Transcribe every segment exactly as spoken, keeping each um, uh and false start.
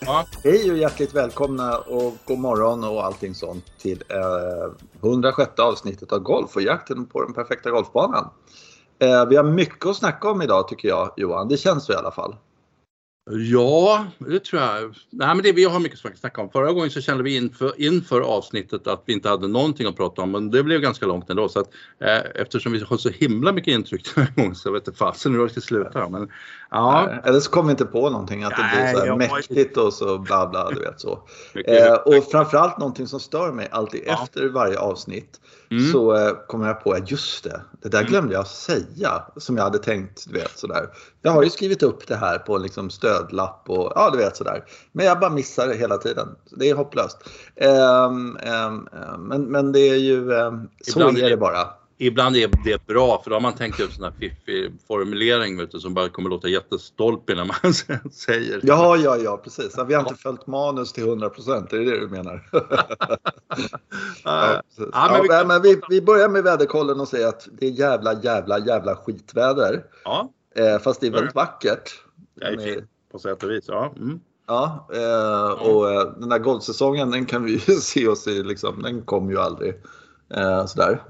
Ja. Hej och hjärtligt välkomna och god morgon och allting sånt till eh, hundrasjätte avsnittet av Golf och jakten på den perfekta golfbanan. Eh, vi har mycket att snacka om idag tycker jag, Johan. Det känns så i alla fall. Ja, det tror jag. Nej, men det, vi har mycket att snacka om. Förra gången så kände vi inför, inför avsnittet att vi inte hade någonting att prata om. Men det blev ganska långt ändå. Så att, eh, eftersom vi har så himla mycket intryck den här gången så vet jag fasen hur det ska sluta. Men, ja. Nej, eller så kommer vi inte på någonting. Att Nej, det blir så här jag... mäktigt och så bla bla, du vet så. Eh, och framförallt någonting som stör mig alltid ja. efter varje avsnitt. Mm. Så eh, kommer jag på att just det, det där glömde jag säga som jag hade tänkt, du vet sådär. Jag har ju skrivit upp det här på liksom stödlapp och ja, du vet sådär. Men jag bara missar det hela tiden. Det är hopplöst. Um, um, um, men, men det är ju, um, så är det, det bara. Ibland är det bra, för då har man tänkt ut sån här fiffig formulering vet du, som bara kommer låta jättestolpig när man säger. Ja, ja, ja, precis. Vi har inte följt manus till hundra procent, är det det du menar? ja, ja, men vi, ja, men vi, vi börjar med väderkollen och säger att det är jävla, jävla, jävla skitväder. Ja. Eh, fast det är väldigt vackert. Det är fint på sätt och vis, ja. Mm. Ja, eh, och eh, den här golfsäsongen, den kan vi ju se oss i, liksom, den kommer ju aldrig eh, sådär.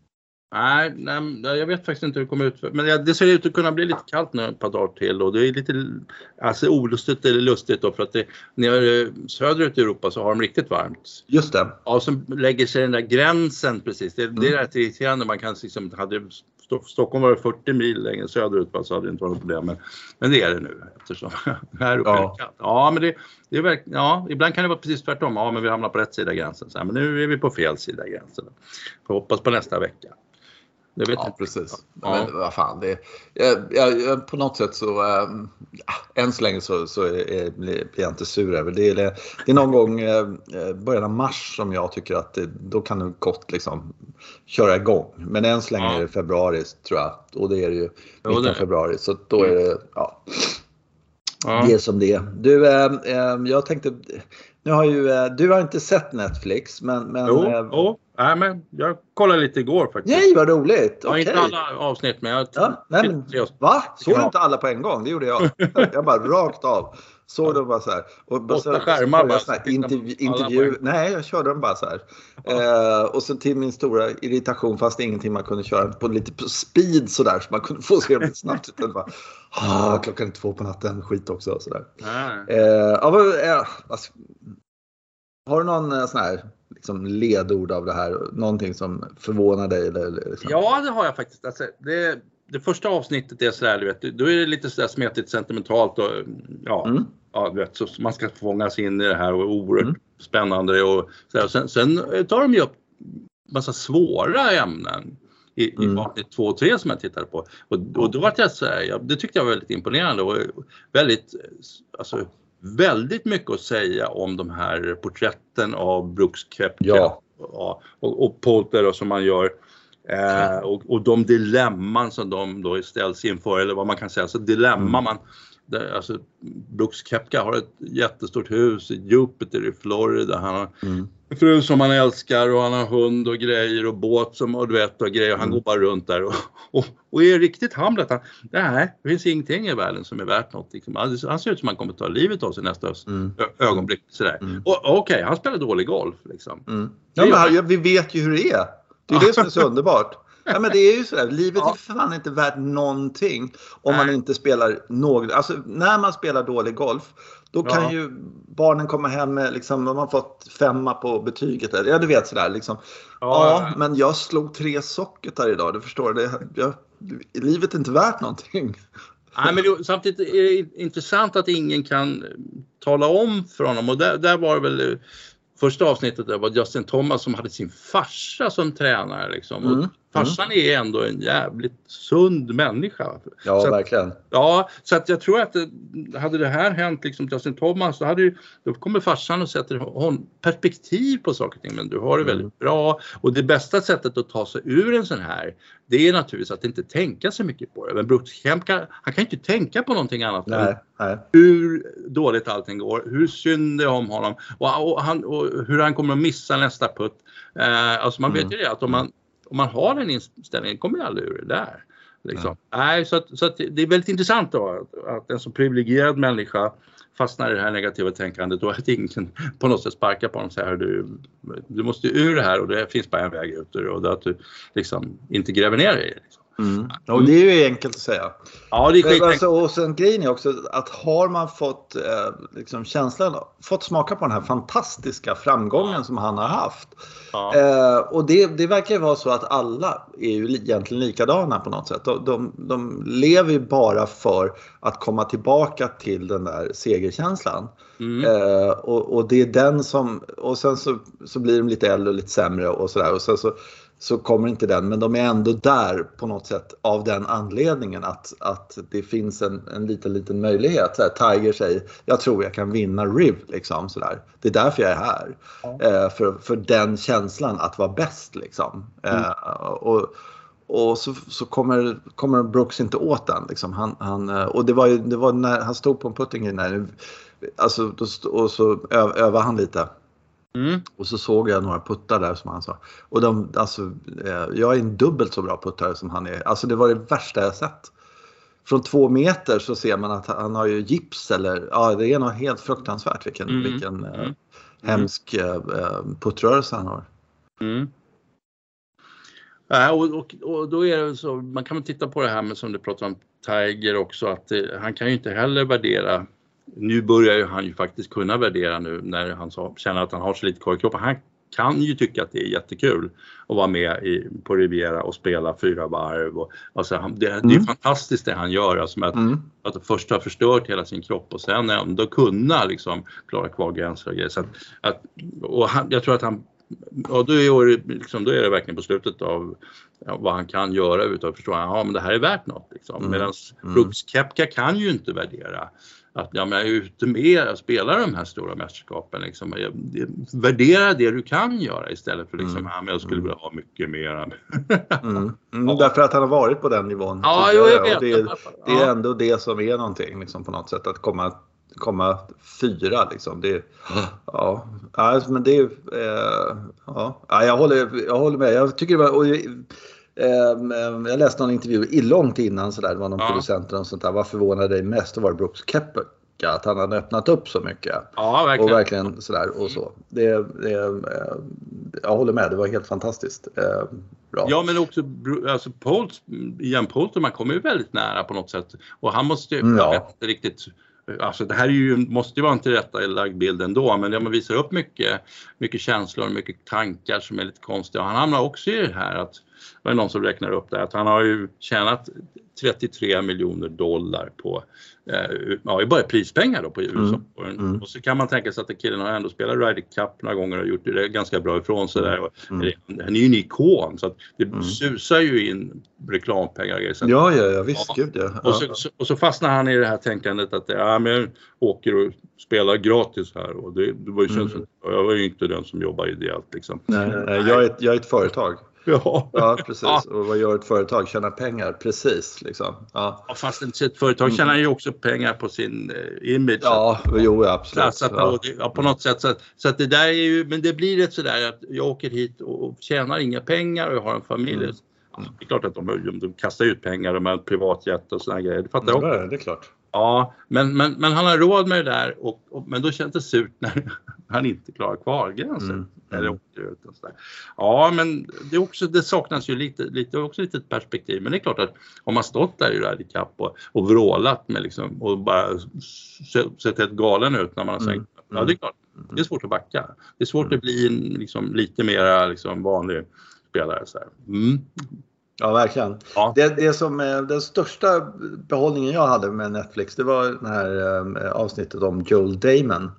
Nej, nej, jag vet faktiskt inte hur det kommer ut. Men det ser ut att kunna bli lite kallt nu ett par dagar till. Och det är lite alltså, olustigt eller lustigt då. För att det, nere söderut i Europa så har de riktigt varmt. Just det. Ja, som lägger sig den där gränsen precis. Det, mm. det är rätt irriterande. Man kan liksom, hade Stockholm var fyrtio mil längre söderut så hade det inte varit något problem. Men, men det är det nu eftersom här uppe ja. är det kallt. Ja, men det, det är verkligen, ja, ibland kan det vara precis tvärtom. Ja, men vi hamnar på rätt sida gränsen. Så här, men nu är vi på fel sida gränsen. Får hoppas på nästa vecka. Jag vet ja, inte. Precis. Ja. Men vad fan, det, jag, jag, på något sätt så, äh, än så länge så, så är, blir jag inte sur över det. Är, det är någon gång äh, början av mars som jag tycker att det, då kan du gott liksom köra igång. Men än så länge ja. är det februari tror jag. Och det är det ju mitten av februari. Så då är det, ja, ja. det är som det är. Du, äh, äh, jag tänkte, nu har ju, äh, du har inte sett Netflix, men... men jo, äh, jo. Nej, men jag kollade lite igår faktiskt. Nej, vad roligt. Ja, okay. Inte alla avsnitt, men jag... Ja, nej, men, va? Såg du inte alla på en gång? Det gjorde jag. Jag bara rakt av. Såg ja. dem bara så här. Och bara så, skärmar bara. Så här, intervju, intervju. Nej, jag körde dem bara så här. Ja. Eh, och sen till min stora irritation, fast det ingenting man kunde köra på lite på speed så där. Så man kunde få se lite snabbt. Utan bara, ah, klockan är två på natten, skit också. Så där. Ja. Eh, ja, eh, alltså, har du någon sån här liksom ledord av det här? Någonting som förvånar dig? Eller, liksom? Ja, det har jag faktiskt. Alltså, det, det första avsnittet är sådär, du vet, då är det lite sådär smetigt sentimentalt. Och, ja, mm. ja, du vet, så man ska fångas in i det här och oerhört mm. spännande. Och, sådär. Och sen, sen tar de ju upp massa svåra ämnen i, mm. i avsnitt två och tre som jag tittade på. Och, och då var jag så här, ja, det tyckte jag var väldigt imponerande och väldigt, alltså, väldigt mycket att säga om de här porträtten av Brooks Koepka ja. och, och, och Poulter och som man gör eh, och, och de dilemman som de då ställs inför eller vad man kan säga, så dilemma mm. man där, alltså Brooks Koepka har ett jättestort hus i Jupiter i Florida, han har mm. fru som han älskar och han har hund och grejer och båt som och du vet och grejer och han mm. går bara runt där och, och, och är riktigt Hamlet. Han, nej, det finns ingenting i världen som är värt något. Liksom. Han, han ser ut som han kommer ta livet av sig nästa mm. ögonblick. Sådär. Mm. Och okej, okay, han spelar dålig golf. Liksom. Mm. Ja, men här, vi vet ju hur det är. Det är det som är så underbart. Ja, men det är ju så där. Livet ja. är för fan inte värt någonting om Nej. man inte spelar något. Alltså när man spelar dålig golf, då kan ja. ju barnen komma hem med liksom, de har fått femma på betyget. Ja, du vet sådär liksom. Ja, ja men jag slog tre socketar idag, du förstår det. Jag, livet är inte värt någonting. Nej, men det, samtidigt är det intressant att ingen kan tala om för honom. Och där, där var det väl första avsnittet där var Justin Thomas som hade sin farsa som tränare liksom. Och mm. farsan mm. är ändå en jävligt sund människa. Ja, så verkligen. Att, ja, så att jag tror att det, hade det här hänt liksom Justin Thomas, så hade ju, då kommer farsan och sätter hon perspektiv på saker och ting. Men du har det väldigt mm. bra. Och det bästa sättet att ta sig ur en sån här, det är naturligtvis att inte tänka så mycket på det. Men Brooks Koepka, han kan inte tänka på någonting annat. Nej, nej. Hur dåligt allting går, hur synd det är om honom och, och, han, och hur han kommer att missa nästa putt. Eh, alltså man mm. vet ju det att om man, om man har den inställningen kommer jag aldrig ur det där. Liksom. Nej, så att, så att det är väldigt intressant då att, att en så privilegierad människa fastnar i det här negativa tänkandet, då är ingen på något sätt sparkar på honom och säger du, du måste ur det här och det finns bara en väg ut och det är att du liksom inte gräver ner dig. Liksom. Mm. Och det är ju enkelt att säga. Ja, det är skit. Alltså, och sen grejen är också att har man fått eh, liksom känslan, fått smaka på den här fantastiska framgången som han har haft. Ja. Eh, och det, det verkar ju vara så att alla är ju egentligen likadana på något sätt. De, de, de lever ju bara för att komma tillbaka till den där segerkänslan. Mm. Eh, och, och det är den som, och sen så, så blir de lite äldre och lite sämre och sådär. Och sen så så kommer inte den, men de är ändå där på något sätt av den anledningen att, att det finns en, en liten, liten möjlighet. Så här, Tiger säger, jag tror jag kan vinna Riv, liksom sådär. Det är därför jag är här. Mm. Eh, för, för den känslan att vara bäst, liksom. Mm. Eh, och och så, så kommer, kommer Brooks inte åt den, liksom. Han, han, och det var ju, det var när han stod på en putting när, alltså, då, och så ö, övade han lite. Mm. Och så såg jag några puttar där som han sa. Och de, alltså, jag är en dubbelt så bra puttare som han är. Alltså det var det värsta jag sett. Från två meter så ser man att han har ju gips eller, ja det är något helt fruktansvärt vilken, mm. vilken mm. Eh, hemsk eh, puttrörelse han har. Mm. Ja, och, och, och då är det så, man kan väl titta på det här med som du pratar om Tiger också, att det, han kan ju inte heller värdera. Nu börjar ju han ju faktiskt kunna värdera nu när han så, känner att han har så lite kvar i kroppen. Han kan ju tycka att det är jättekul att vara med i, på Riviera och spela fyra varv. Och, alltså, han, det, mm. det är fantastiskt det han gör. Alltså, att, mm. att först ha förstört hela sin kropp och sen ändå kunna liksom, klara kvar gränser och grejer. Så att, att, och han, jag tror att han, och då, är det, liksom, då är det verkligen på slutet av ja, vad han kan göra utav att förstå att ja, men det här är värt något. Liksom. Mm. Medan Brooks Koepka kan ju inte värdera att ja, men jag är ute med att spela de här stora mästerskapen. Liksom. Jag, jag, värdera det du kan göra istället för liksom, mm. ja, men jag skulle vilja ha mycket mer. mm. Mm, ja. Därför att han har varit på den nivån. Ja, jag vet. Och det, är, det är ändå det som är någonting liksom, på något sätt. Att komma, komma fyra. Liksom. Det, ja, alltså, men det är... Eh, ja, jag, håller, jag håller med. Jag tycker det var... Och, jag läste någon intervju i långt innan så där, det var någon ja. producent och sånt där. Vad förvånade dig mest? Det var Brooks Koepka, att han hade öppnat upp så mycket. Ja, verkligen. Och verkligen så där och så. Det, det, jag håller med, det var helt fantastiskt bra. Ja, men också alltså Poulter, Ian Poulter, man kommer ju väldigt nära på något sätt. Och han måste ju, ja. jag vet inte riktigt. Alltså det här är ju, måste ju vara en tillrättalagd bild ändå, men man visar upp mycket, mycket känslor och mycket tankar som är lite konstiga. Och han hamnar också i det här att, det var någon som räknar upp det, att han har ju tjänat trettiotre miljoner dollar på, eh, ja, bara prispengar då på U S A. Mm. Mm. Och så kan man tänka sig att killen har ändå spelat Ryder Cup några gånger och gjort det ganska bra ifrån sig där. Och mm. Han är ju en ikon, så att det mm. susar ju in reklampengar. Så att, ja, ja, ja, visst, ja. Gud, ja. Och, så, så, och så fastnar han i det här tänkandet att ja, men jag åker och spelar gratis här. Och det, det var ju mm. känns, jag var ju inte den som jobbar ideellt liksom. Nej, nej, jag, är ett, jag är ett företag. Ja. ja, precis. Ja. Och vad gör ett företag? Tjänar pengar, precis. Liksom. Ja. Ja, fast ett företag tjänar ju också pengar på sin eh, image. Ja, jo, absolut. Så att, ja. Ja, på något sätt. Så att, så att det där är ju, men det blir ett sådär att jag åker hit och tjänar inga pengar och jag har en familj. Mm. Ja, det är klart att de, de, de kastar ut pengar, de har ett privatjet och sådana grejer. Det fattar jag också. Det är klart. Ja, men, men, men han har råd med det där och, och, men då känns det surt när han inte klarar kvar gränsen. Mm. Eller åker ut och sådär. Ja, men det, är också, det saknas ju lite, lite, också lite ett perspektiv. Men det är klart att om man stått där i Ryder Cup och, och vrålat med liksom, och bara sett helt galen ut när man har sagt mm. ja, det är klart, det är svårt att backa. Det är svårt mm. att bli en, liksom, lite mer liksom, vanlig spelare. Så här. Mm. Ja, verkligen. Ja. Det, det som, den största behållningen jag hade med Netflix, det var det här äh, avsnittet om Joel Dahmen.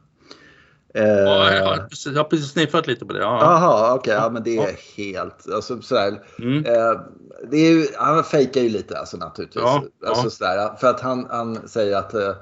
Eh, ja, jag, har precis, jag har precis sniffat lite på det. Jaha, okej. Okay, ja, men det är ja. helt... Alltså, sådär, mm. eh, det är ju, han fejkar ju lite alltså, naturligtvis. Ja, alltså, ja. Sådär, för att han, han säger att eh,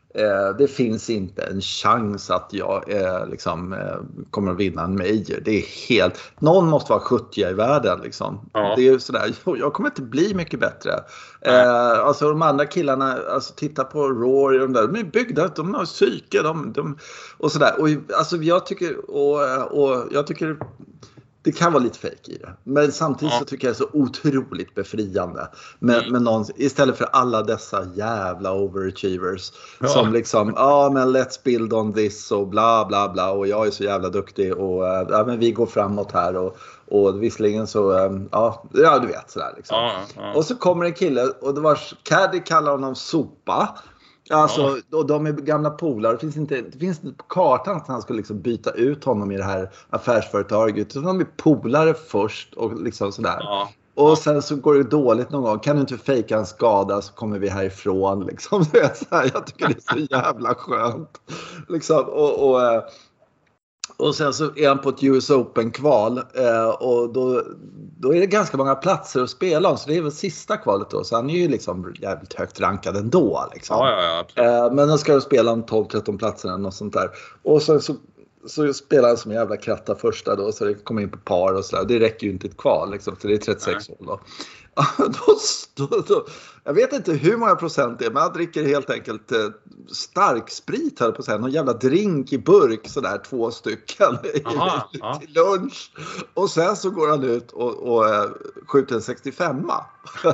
det finns inte en chans att jag eh, liksom, eh, kommer att vinna en major. Det är helt... Någon måste vara sjuttio i världen. Liksom. Ja. Det är ju sådär, jag kommer inte bli mycket bättre. Eh, alltså de andra killarna, alltså, titta på Rory, de där, de är byggda, de har psyke. De, de, och sådär. Och, alltså, jag tycker... Och, och jag tycker... det kan vara lite fake i det. Men samtidigt ja. så tycker jag det är så otroligt befriande. Med, mm. med någon, istället för alla dessa jävla overachievers. Ja. Som liksom, ja men let's build on this och bla bla bla. Och jag är så jävla duktig och ja, men vi går framåt här. Och, och visserligen så, ja, ja du vet sådär liksom. Ja, ja. Och så kommer en kille och det var Caddy kallar honom sopa. Alltså, ja. och de är gamla polare. Det finns inte, det finns inte på kartan att han ska liksom byta ut honom i det här affärsföretaget. Så de är polare först och liksom sådär. Ja. Och sen så går det dåligt någon gång. Kan du inte fejka en skada så kommer vi härifrån. Liksom. Så jag, så här, jag tycker det är så jävla skönt. Liksom, och... och Och sen så är han på ett U S Open-kval eh, och då, då är det ganska många platser att spela om. Så det är väl sista kvalet då. Så han är ju liksom jävligt högt rankad ändå. Liksom. Ja, ja, ja, eh, men då ska du spela om tolv tretton platser eller något sånt där. Och sen så, så spelar han som en jävla kratta första då. Så det kommer in på par och sådär. Det räcker ju inte ett kval liksom. Så det är trettiosex hål då. då, då, då. Jag vet inte hur många procent det är, men jag dricker helt enkelt eh, stark sprit här på sig. Någon jävla drink i burk, sådär två stycken Aha, till ja. lunch. Och sen så går han ut och, och eh, skjuter en sextiofemma.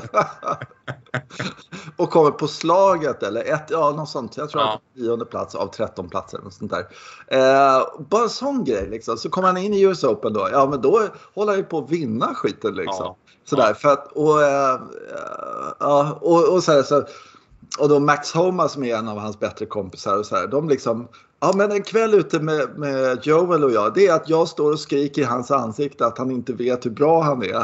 Och kommer på slaget eller ett, ja något sånt. Jag tror ja. att det är nionde plats av tretton platser och sånt där. Eh, bara en sån grej liksom. Så kommer han in i U S Open då. Ja men då håller han ju på att vinna skiten liksom. Ja. Sådär, ja. för att, och, äh, ja, och, och, så här, så, och då Max Homa som är en av hans bättre kompisar och så här, de liksom, ja men en kväll ute med, med Joel och jag, det är att jag står och skriker i hans ansikte att han inte vet hur bra han är.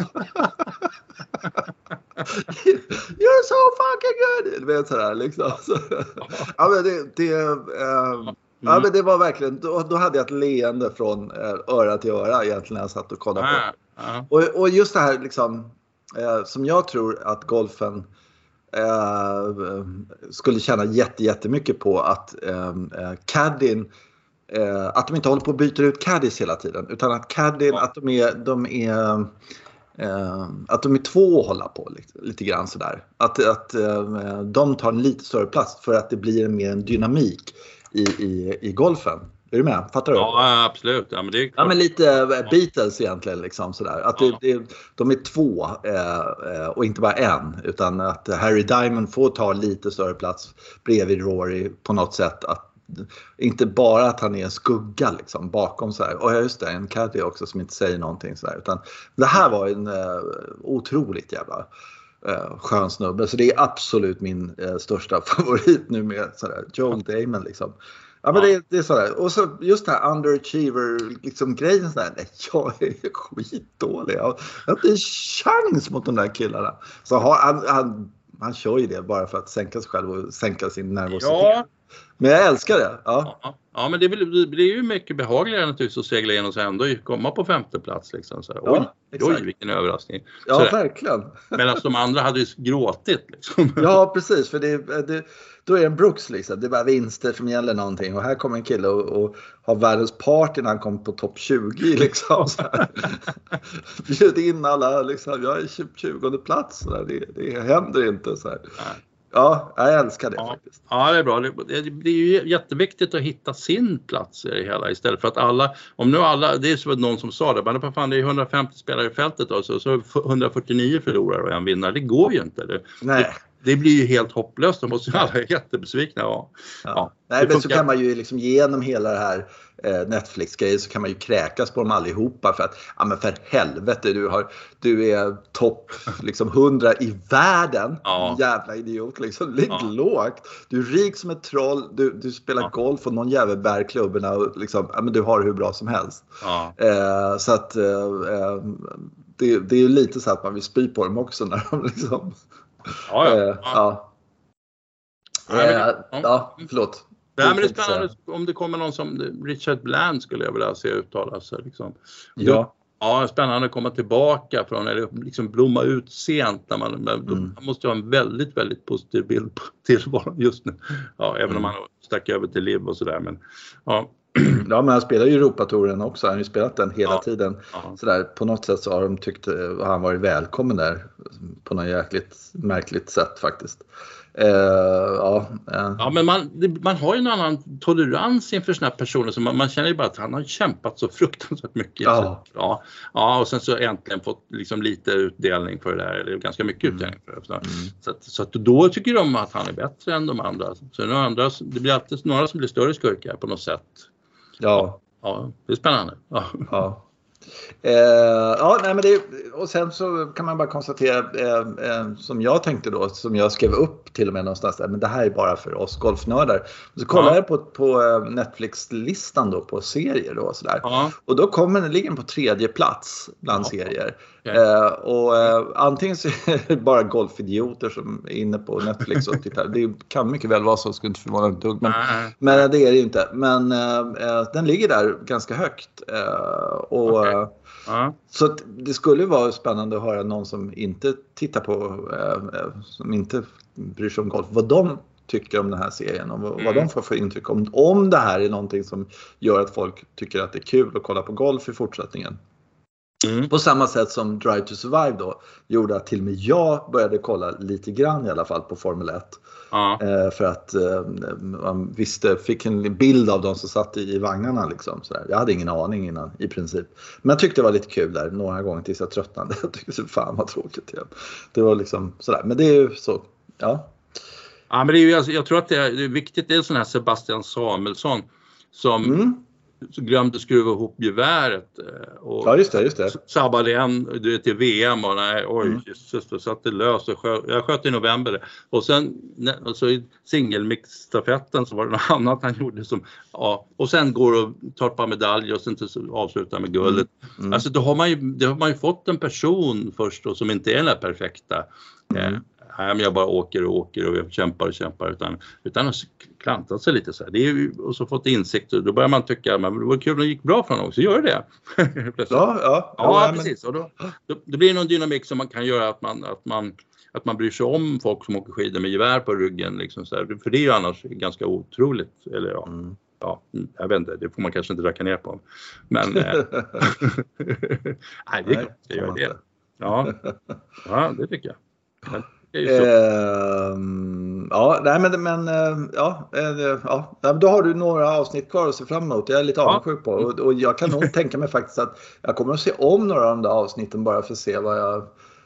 You're so fucking good! Du vet sådär liksom. Så, ja men det, det äh, Mm. Ja men det var verkligen, då, då hade jag ett leende från eh, öra till öra egentligen när jag satt och kollade ah, på ah. och, och just det här liksom, eh, som jag tror att golfen eh, skulle tjäna jätte, jättemycket på att eh, caddien, eh, att de inte håller på att byta ut caddies hela tiden utan att caddien, ja. att de är, de är eh, att de är två att hålla på lite, lite grann sådär. Att, att eh, de tar en lite större plats för att det blir mer en dynamik I, i, i golfen. Är du med? Fattar du? Ja, absolut. Ja, men, det är ja, men lite Beatles egentligen. Liksom, sådär. Att ja. det, det, de är två eh, och inte bara en. Utan att Harry Diamond får ta lite större plats bredvid Rory på något sätt. Att, inte bara att han är en skugga liksom, bakom så här. Och just det, en caddy också som inte säger någonting. Så här, utan det här var en eh, otroligt jävla... Uh, skön snubbe. Så det är absolut min uh, största favorit nu med sådär, Joel Damon liksom. Ja men ja. Det, det är sådär. Och så just det här underachiever liksom grejen sådär. Nej, jag är skitdålig. Jag har inte en chans mot de där killarna. Så har, han, han, han kör ju det bara för att sänka sig själv och sänka sin nervositet. Ja. Men jag älskar det. Ja, ja, ja men det blir, det blir ju mycket behagligare naturligtvis att segla in och sen ändå komma på femte plats. Liksom, så oj, ja, oj, vilken överraskning. Ja, så verkligen. Medan de andra hade ju gråtit. Liksom. Ja, precis. För det, det, då är det en Brooks liksom. Det är bara vinster som gäller någonting. Och här kommer en kille och, och har världens party när han kommer på topp tjugo. Liksom, bjud in alla. Liksom, jag är tjugonde plats. Så det, det händer inte. Så här. Ja, jag älskar det ja, faktiskt. Ja, det är bra. Det, det är ju jätteviktigt att hitta sin plats i det hela istället för att alla, om nu alla, det är så någon som sa det, men fan, det är hundrafemtio spelare i fältet då, så, så hundrafyrtionio förlorar och en vinner. Det går ju inte. Det, Nej. Det, det blir ju helt hopplöst. De måste ju alla är jättebesvikna. Ja. Ja. Ja, nej, men så kan man ju liksom genom hela det här eh, Netflix-grejen så kan man ju kräkas på dem allihopa för att, ja men för helvete, du, har, du är topp liksom hundra i världen. Ja. Jävla idiot liksom. Ligg ja. lågt. Du är rik som ett troll. Du, du spelar ja. golf och någon jävel bär klubborna och liksom, ja men du har hur bra som helst. Ja. Eh, så att eh, det, det är ju lite så att man vill spy på dem också när de liksom... Ja, ja. Eh, ja. Ja. Eh, ja, förlåt. Nej, men det är spännande om det kommer någon som Richard Bland skulle jag vilja se uttala sig. Liksom. Ja. Ja, spännande att komma tillbaka från, eller liksom blomma ut sent. När man, mm. man måste ha en väldigt, väldigt positiv bild på tillvaron just nu. Ja, även mm. om man stack över till liv och sådär. Men, ja. Ja, men han spelar ju Europatouren också. Han har ju spelat den hela ja. tiden. Ja. Så där, på något sätt så har de tyckt att han varit välkommen där. På något jäkligt märkligt sätt faktiskt. Uh, ja, uh. ja, men man, det, man har ju en annan tolerans inför såna här personer. Så man, man känner ju bara att han har kämpat så fruktansvärt mycket. Ja. Så, ja, ja, och sen så äntligen fått liksom lite utdelning för det där. Eller ganska mycket mm. utdelning för det. Så, mm. så, att, så att då tycker de att han är bättre än de andra. Så några andra, det blir alltid några som blir större skurkar på något sätt. Ja. Ja, det är spännande. Ja. Ja. Eh, ja, nej, men det, och sen så kan man bara konstatera eh, eh, som jag tänkte då, som jag skrev upp till och med någonstans där, men det här är bara för oss golfnördar. Så kollar ja. jag på, på Netflix-listan då på serier då och sådär. Ja. Och då kommer den ligga på tredje plats bland ja. serier. Okay. Eh, och eh, antingen så är det bara golfidioter som är inne på Netflix och tittar. Det kan mycket väl vara så, skulle inte förvåna mig dugg, men, men det är det ju inte. Men eh, den ligger där ganska högt. Eh, och okay. Uh-huh. Så det skulle vara spännande att höra någon som inte tittar på, eh, som inte bryr sig om golf, vad de tycker om den här serien och vad mm. de får för intryck om, om det här är någonting som gör att folk tycker att det är kul att kolla på golf i fortsättningen. Mm. På samma sätt som Drive to Survive då gjorde att till och med jag började kolla lite grann i alla fall på Formel ett. Ja. Eh, för att eh, man visste, fick en bild av de som satt i, i vagnarna liksom, sådär. Jag hade ingen aning innan i princip. Men jag tyckte det var lite kul där några gånger tills jag tröttnade. Jag tyckte så fan vad tråkigt igen. Det var liksom sådär. Men det är ju så, ja. Ja, men det är ju, alltså, jag tror att det är, det är viktigt. Det är sån här Sebastian Samuelsson som mm. så glömde skruva ihop geväret och ja, just det, just det. sabbade en du vet, till V M och nej, oj, mm. just det, satt det lös och sköt, jag sköt i november och sen och så i singelmix-stafetten så var det något annat han gjorde som, ja, och sen går och tar ett par medaljer och sen avslutar med guldet. Mm. Mm. Alltså då har man ju, då har man ju fått en person först då, som inte är den där perfekta. Mm. Eh, Nej, men jag bara åker och åker och jag kämpar och kämpar utan, utan att klanta sig lite så här. Det är ju, och så fått insikt och då börjar man tycka men det var kul och det gick bra för honom också, gör det. ja, ja, ja, ja, precis. Och då, då, då blir det någon dynamik som man kan göra att man, att man, att man bryr sig om folk som åker skidor med gevär på ryggen. Liksom så här. För det är ju annars ganska otroligt. Eller ja, mm. ja, jag vet inte, det får man kanske inte racka ner på. Men nej, det är klart, det gör det. Ja, ja, det tycker jag. Men, Eh, ja, nej men, men ja, eh, ja, då har du några avsnitt kvar att se fram emot. Jag är lite avundsjuk på och, och jag kan nog tänka mig faktiskt att jag kommer att se om några av de där avsnitten bara för att se vad jag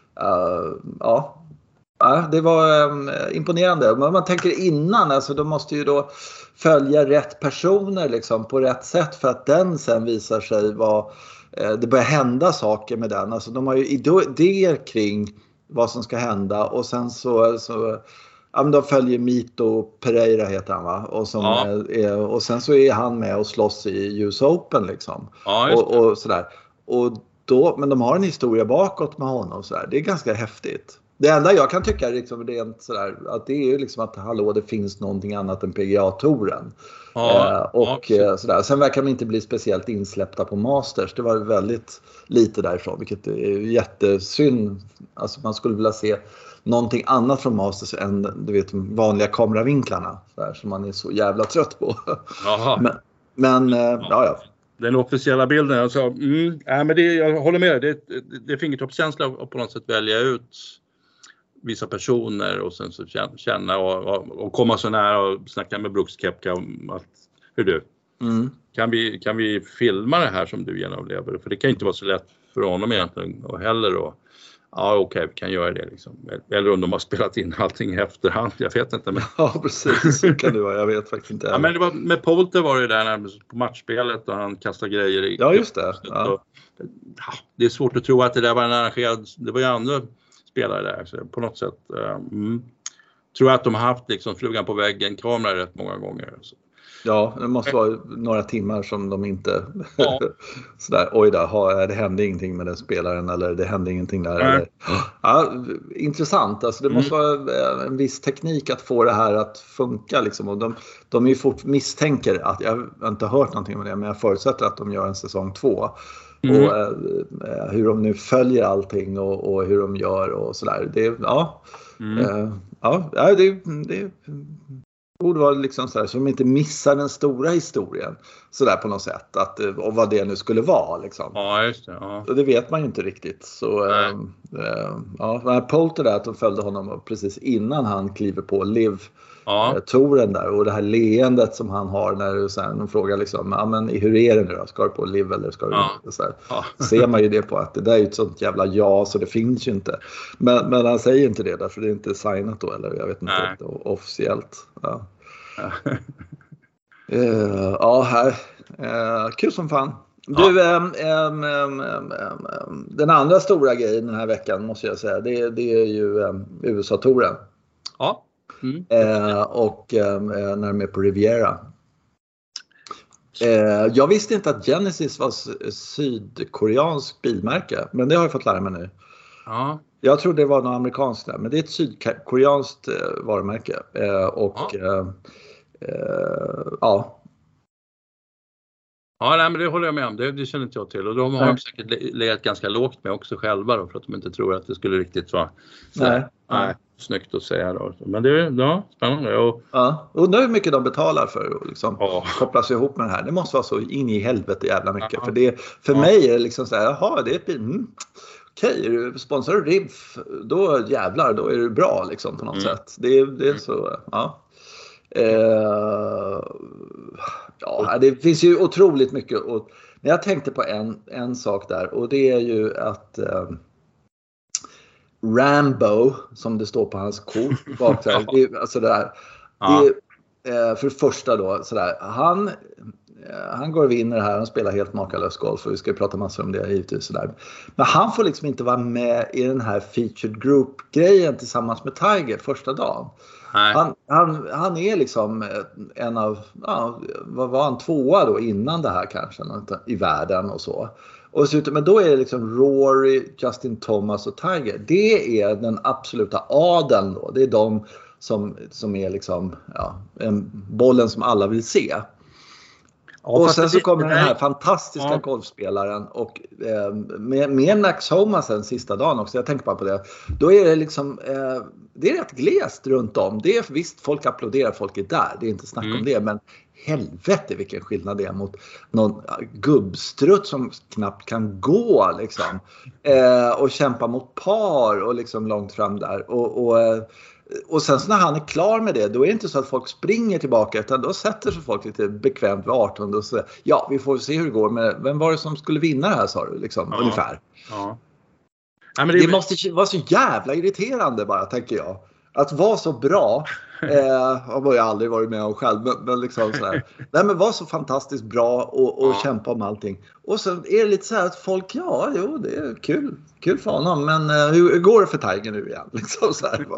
uh, ja, ja, det var um, imponerande. Men man tänker innan, alltså de måste ju då följa rätt personer liksom på rätt sätt för att den sen visar sig vara, uh, det börjar hända saker med den. Alltså de har ju idéer kring vad som ska hända och sen så, så ja, men de följer Mito Pereira heter han va och, som ja. är, och sen så är han med och slåss i U S Open liksom ja, och, och sådär och då, men de har en historia bakåt med honom och sådär. Det är ganska häftigt. Det enda jag kan tycka liksom, rent sådär, att det är ju liksom att hallå, det finns någonting annat än P G A-touren. Ja, eh, och ja, sådär. Sen verkar de inte bli speciellt insläppta på Masters. Det var väldigt lite därifrån, vilket är jättesynd. Alltså man skulle vilja se någonting annat från Masters än du vet, de vanliga kameravinklarna sådär, som man är så jävla trött på. men men eh, ja, ja. Den officiella bilden, alltså, mm, ja, men det, jag håller med, det, det, det är fingertoppskänsla att på något sätt välja ut vissa personer och sen så känna och, och, och komma så nära och snacka med Brooks Koepka om att, hur du, mm. kan, vi, kan vi filma det här som du genomlever? För det kan inte vara så lätt för honom egentligen och heller och ja okej, okay, vi kan göra det liksom. Eller om de har spelat in allting i efterhand, jag vet inte. Men... Ja precis, så kan det vara, jag vet faktiskt inte. Ja, men det var, med Poulter var det där när, på matchspelet och han kastade grejer i. Ja just det. Ja. Och, ja, det är svårt att tro att det där var en arrangerad, det var ju andra spelare där så på något sätt. Um, tror jag att de har haft liksom flugan på väggen kamera rätt många gånger. Så. Ja, det måste vara några timmar som de inte ja. sådär, oj då, ha, det hände ingenting med den spelaren eller det hände ingenting där. Eller, ja, intressant, alltså det mm. måste vara en viss teknik att få det här att funka liksom. Och de, de är ju fort misstänker att, jag har inte hört någonting om det, men jag förutsätter att de gör en säsong två. Mm. Och eh, hur de nu följer allting och, och hur de gör och sådär. Det, ja, mm. eh, ja, det, det borde vara liksom så här så de inte missar den stora historien. sådär på något sätt. Att, och vad det nu skulle vara liksom. Ja, just det. Ja. Och det vet man ju inte riktigt. Så äh, äh, ja, Poulter där, att de följde honom precis innan han kliver på Liv. Ja. Touren där, och det här leendet som han har när så här, de frågar liksom, ja men hur är det nu då? Ska du på Liv eller ska du ja. så här, ja. ser man ju det på att det där är ju ett sånt jävla ja, så det finns ju inte. Men, men han säger inte det därför det är inte signat då, eller jag vet inte, inte officiellt. Ja, uh, ja här uh, kul som fan. Du, ja. um, um, um, um, den andra stora grejen den här veckan måste jag säga, det, det är ju um, U S A-touren. Ja. Mm. Eh, och eh, när de är på Riviera. Eh, jag visste inte att Genesis var sydkoreansk bilmärke, men det har jag fått lära mig nu. Ja. Jag trodde det var något amerikanskt där, men det är ett sydkoreanskt eh, varumärke. Eh, och ja, eh, eh, ja. Ja, nej, men det håller jag med om. Det, det känner inte jag till. Och de har säkert legat ganska lågt med också själva då, för att de inte tror att det skulle riktigt vara så, nej. Nej, snyggt att säga då. Men det är ja, spännande. Och, ja, undrar hur mycket de betalar för att liksom ja. kopplas ihop med det här. Det måste vara så in i helvete jävla mycket. Ja. För, det, för ja. mig är det liksom så här, jaha, det är ett bil. Mm. Okej, är du sponsrar du Riv, då jävlar, då är det bra liksom på något mm. sätt. Det, det är så, ja. Uh, ja, det finns ju otroligt mycket. Och, men jag tänkte på en, en sak där, och det är ju att uh, Rambo, som det står på hans kort bak där, det, alltså det där, ja. det, uh, för det första då, sådär, han, uh, han går och vinner här, han spelar helt makalös golf, och vi ska ju prata massor om det givetvis sådär. Men han får liksom inte vara med i den här featured group-grejen tillsammans med Tiger första dagen. Han, han, han är liksom en av, ja, vad var han, tvåa då innan det här kanske i världen och så. Och så, men då är det liksom Rory, Justin Thomas och Tiger. Det är den absoluta adeln då. Det är de som, som är liksom, ja, en bollen som alla vill se. Ja, och sen så kommer den här fantastiska ja. golfspelaren och eh, med, med Max Homa sen sista dagen också, jag tänker bara på det. Då är det liksom, eh, det är rätt glest runt om. Det är visst, folk applåderar, folk är där, det är inte snack mm. om det, men helvete vilken skillnad det är mot någon gubbstrutt som knappt kan gå liksom. Eh, och kämpa mot par och liksom långt fram där. Och, och Och sen så när han är klar med det, då är det inte så att folk springer tillbaka, utan då sätter sig folk lite bekvämt vid arton och säger, ja, vi får se hur det går, men vem var det som skulle vinna det här, sa du, liksom, ja. ungefär. Ja. Ja, men det, det måste vara så jävla irriterande bara, tänker jag. Att vara så bra, eh, har jag aldrig varit med om själv, men, men liksom så här. Nej, men var så fantastiskt bra och, och ja. kämpa om allting. Och så är det lite så här att folk, ja, jo, det är kul, kul för honom, men eh, hur, hur går det för Tiger nu igen? Liksom så här,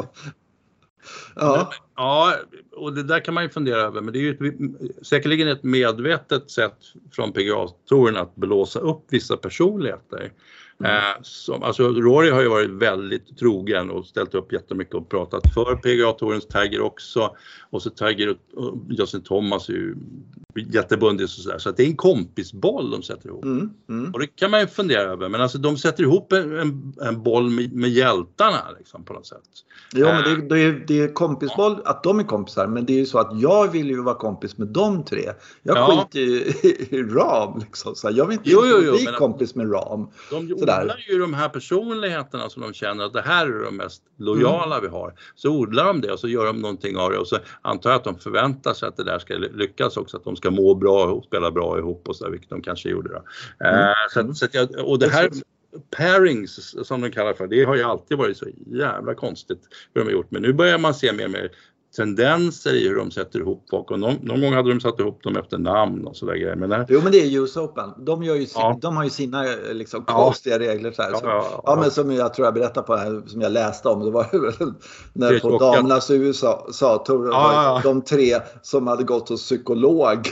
ja. ja, och det där kan man ju fundera över, men det är ju ett, säkerligen ett medvetet sätt från P G A-touren att blåsa upp vissa personligheter. Mm. Eh, som, alltså Rory har ju varit väldigt trogen och ställt upp jättemycket och pratat för P G A-tourens Tiger också, och så Tiger och Justin Thomas är ju jättebundis och sådär, så att det är en kompisboll de sätter ihop. Mm. Mm. Och det kan man ju fundera över, men alltså de sätter ihop en, en, en boll med, med hjältarna liksom, på något sätt. Ja, men det, det, är, det är kompisboll att de är kompisar, men det är ju så att jag vill ju vara kompis med de tre. Jag ja. skiter ju i, i Ram liksom, så jag vill inte jo, jo, jo, bli kompis med Ram. De odlar ju de här personligheterna som de känner att det här är de mest lojala mm. vi har. Så odlar de det och så gör de någonting av det, och så antar jag att de förväntar sig att det där ska lyckas också, att de ska må bra och spela bra ihop och så där, vilket de kanske gjorde då. Mm. Uh, så, mm. så att jag, och det här pairings som de kallar för, det har ju alltid varit så jävla konstigt hur de har gjort, men nu börjar man se mer och mer tendenser i hur de sätter ihop folk, och någon, någon gång hade de satt ihop dem efter namn och sådär grejer. Men nej. Jo, men det är U S Open. De, gör ju sin, ja. de har ju sina liksom, konstiga ja. regler så här. Ja, ja, ja. ja, men som jag tror jag berättade på här, som jag läste om, det var när på damernas U S A-tour ja, ja. de tre som hade gått hos psykolog.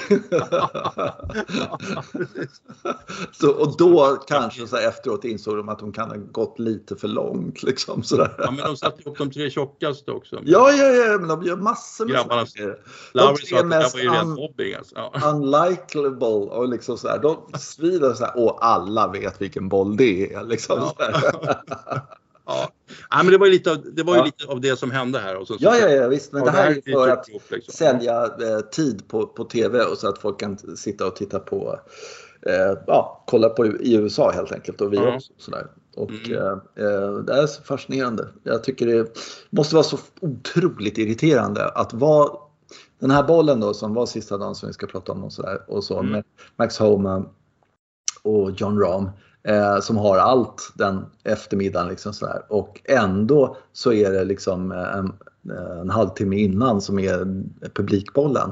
så, och då kanske så här, efteråt insåg de att de kan ha gått lite för långt liksom sådär. Ja, men de satte ihop de tre tjockaste också. Ja, ja, ja, men de gör massor med grabbarna. De tre är mest un- mobbing, alltså. ja. unlikable och liksom så här, de svider så här, och alla vet vilken boll det är liksom ja. så här. ja. Ja, men det var ju lite av det, var ju ja. lite av det som hände här. Och så, ja, ja, ja, visst. Men ja, det här är för att upp, liksom. sälja eh, tid på, på tv och så att folk kan sitta och titta på, eh, ja, kolla på i U S A helt enkelt. Och vi ja. också. Sådär. Och mm. eh, det är så fascinerande. Jag tycker det måste vara så otroligt irriterande att vara den här bollen då som var sista dagen som vi ska prata om och sådär. Och så mm. med Max Homa och Jon Rahm. Eh, som har allt den eftermiddagen liksom sådär. Och ändå så är det liksom en, en halvtimme innan som är publikbollen.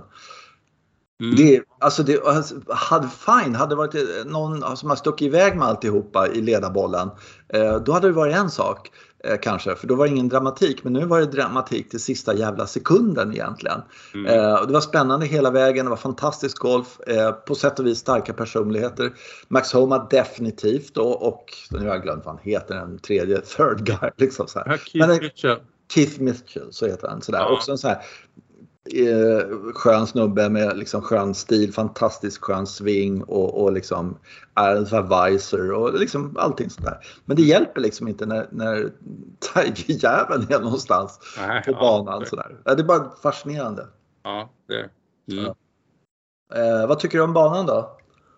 Mm. Det, alltså det hade fine, hade varit någon som har stuckit iväg med alltihopa i ledarbollen. Eh, då hade det varit en sak. Eh, kanske, för då var det ingen dramatik. Men nu var det dramatik till sista jävla sekunden egentligen. Mm. Eh, och det var spännande hela vägen. Det var fantastisk golf. Eh, på sätt och vis starka personligheter. Max Homa definitivt då. Och nu har jag glömt vad han heter. Den tredje, third guy. Liksom så här. Keith Men, Mitchell. Keith Mitchell, så heter han. Sådär. Ja. Också en sån här eh, skön snubbe med liksom skön stil. Fantastisk skön sving. Och, och liksom är en sån här visor. Och liksom allting sådär. Men det hjälper liksom inte när, när Tiger-jäveln är någonstans Nej, på banan. Ja, sådär. Det är bara fascinerande. Ja, det är. Mm. Ja. Eh, vad tycker du om banan då?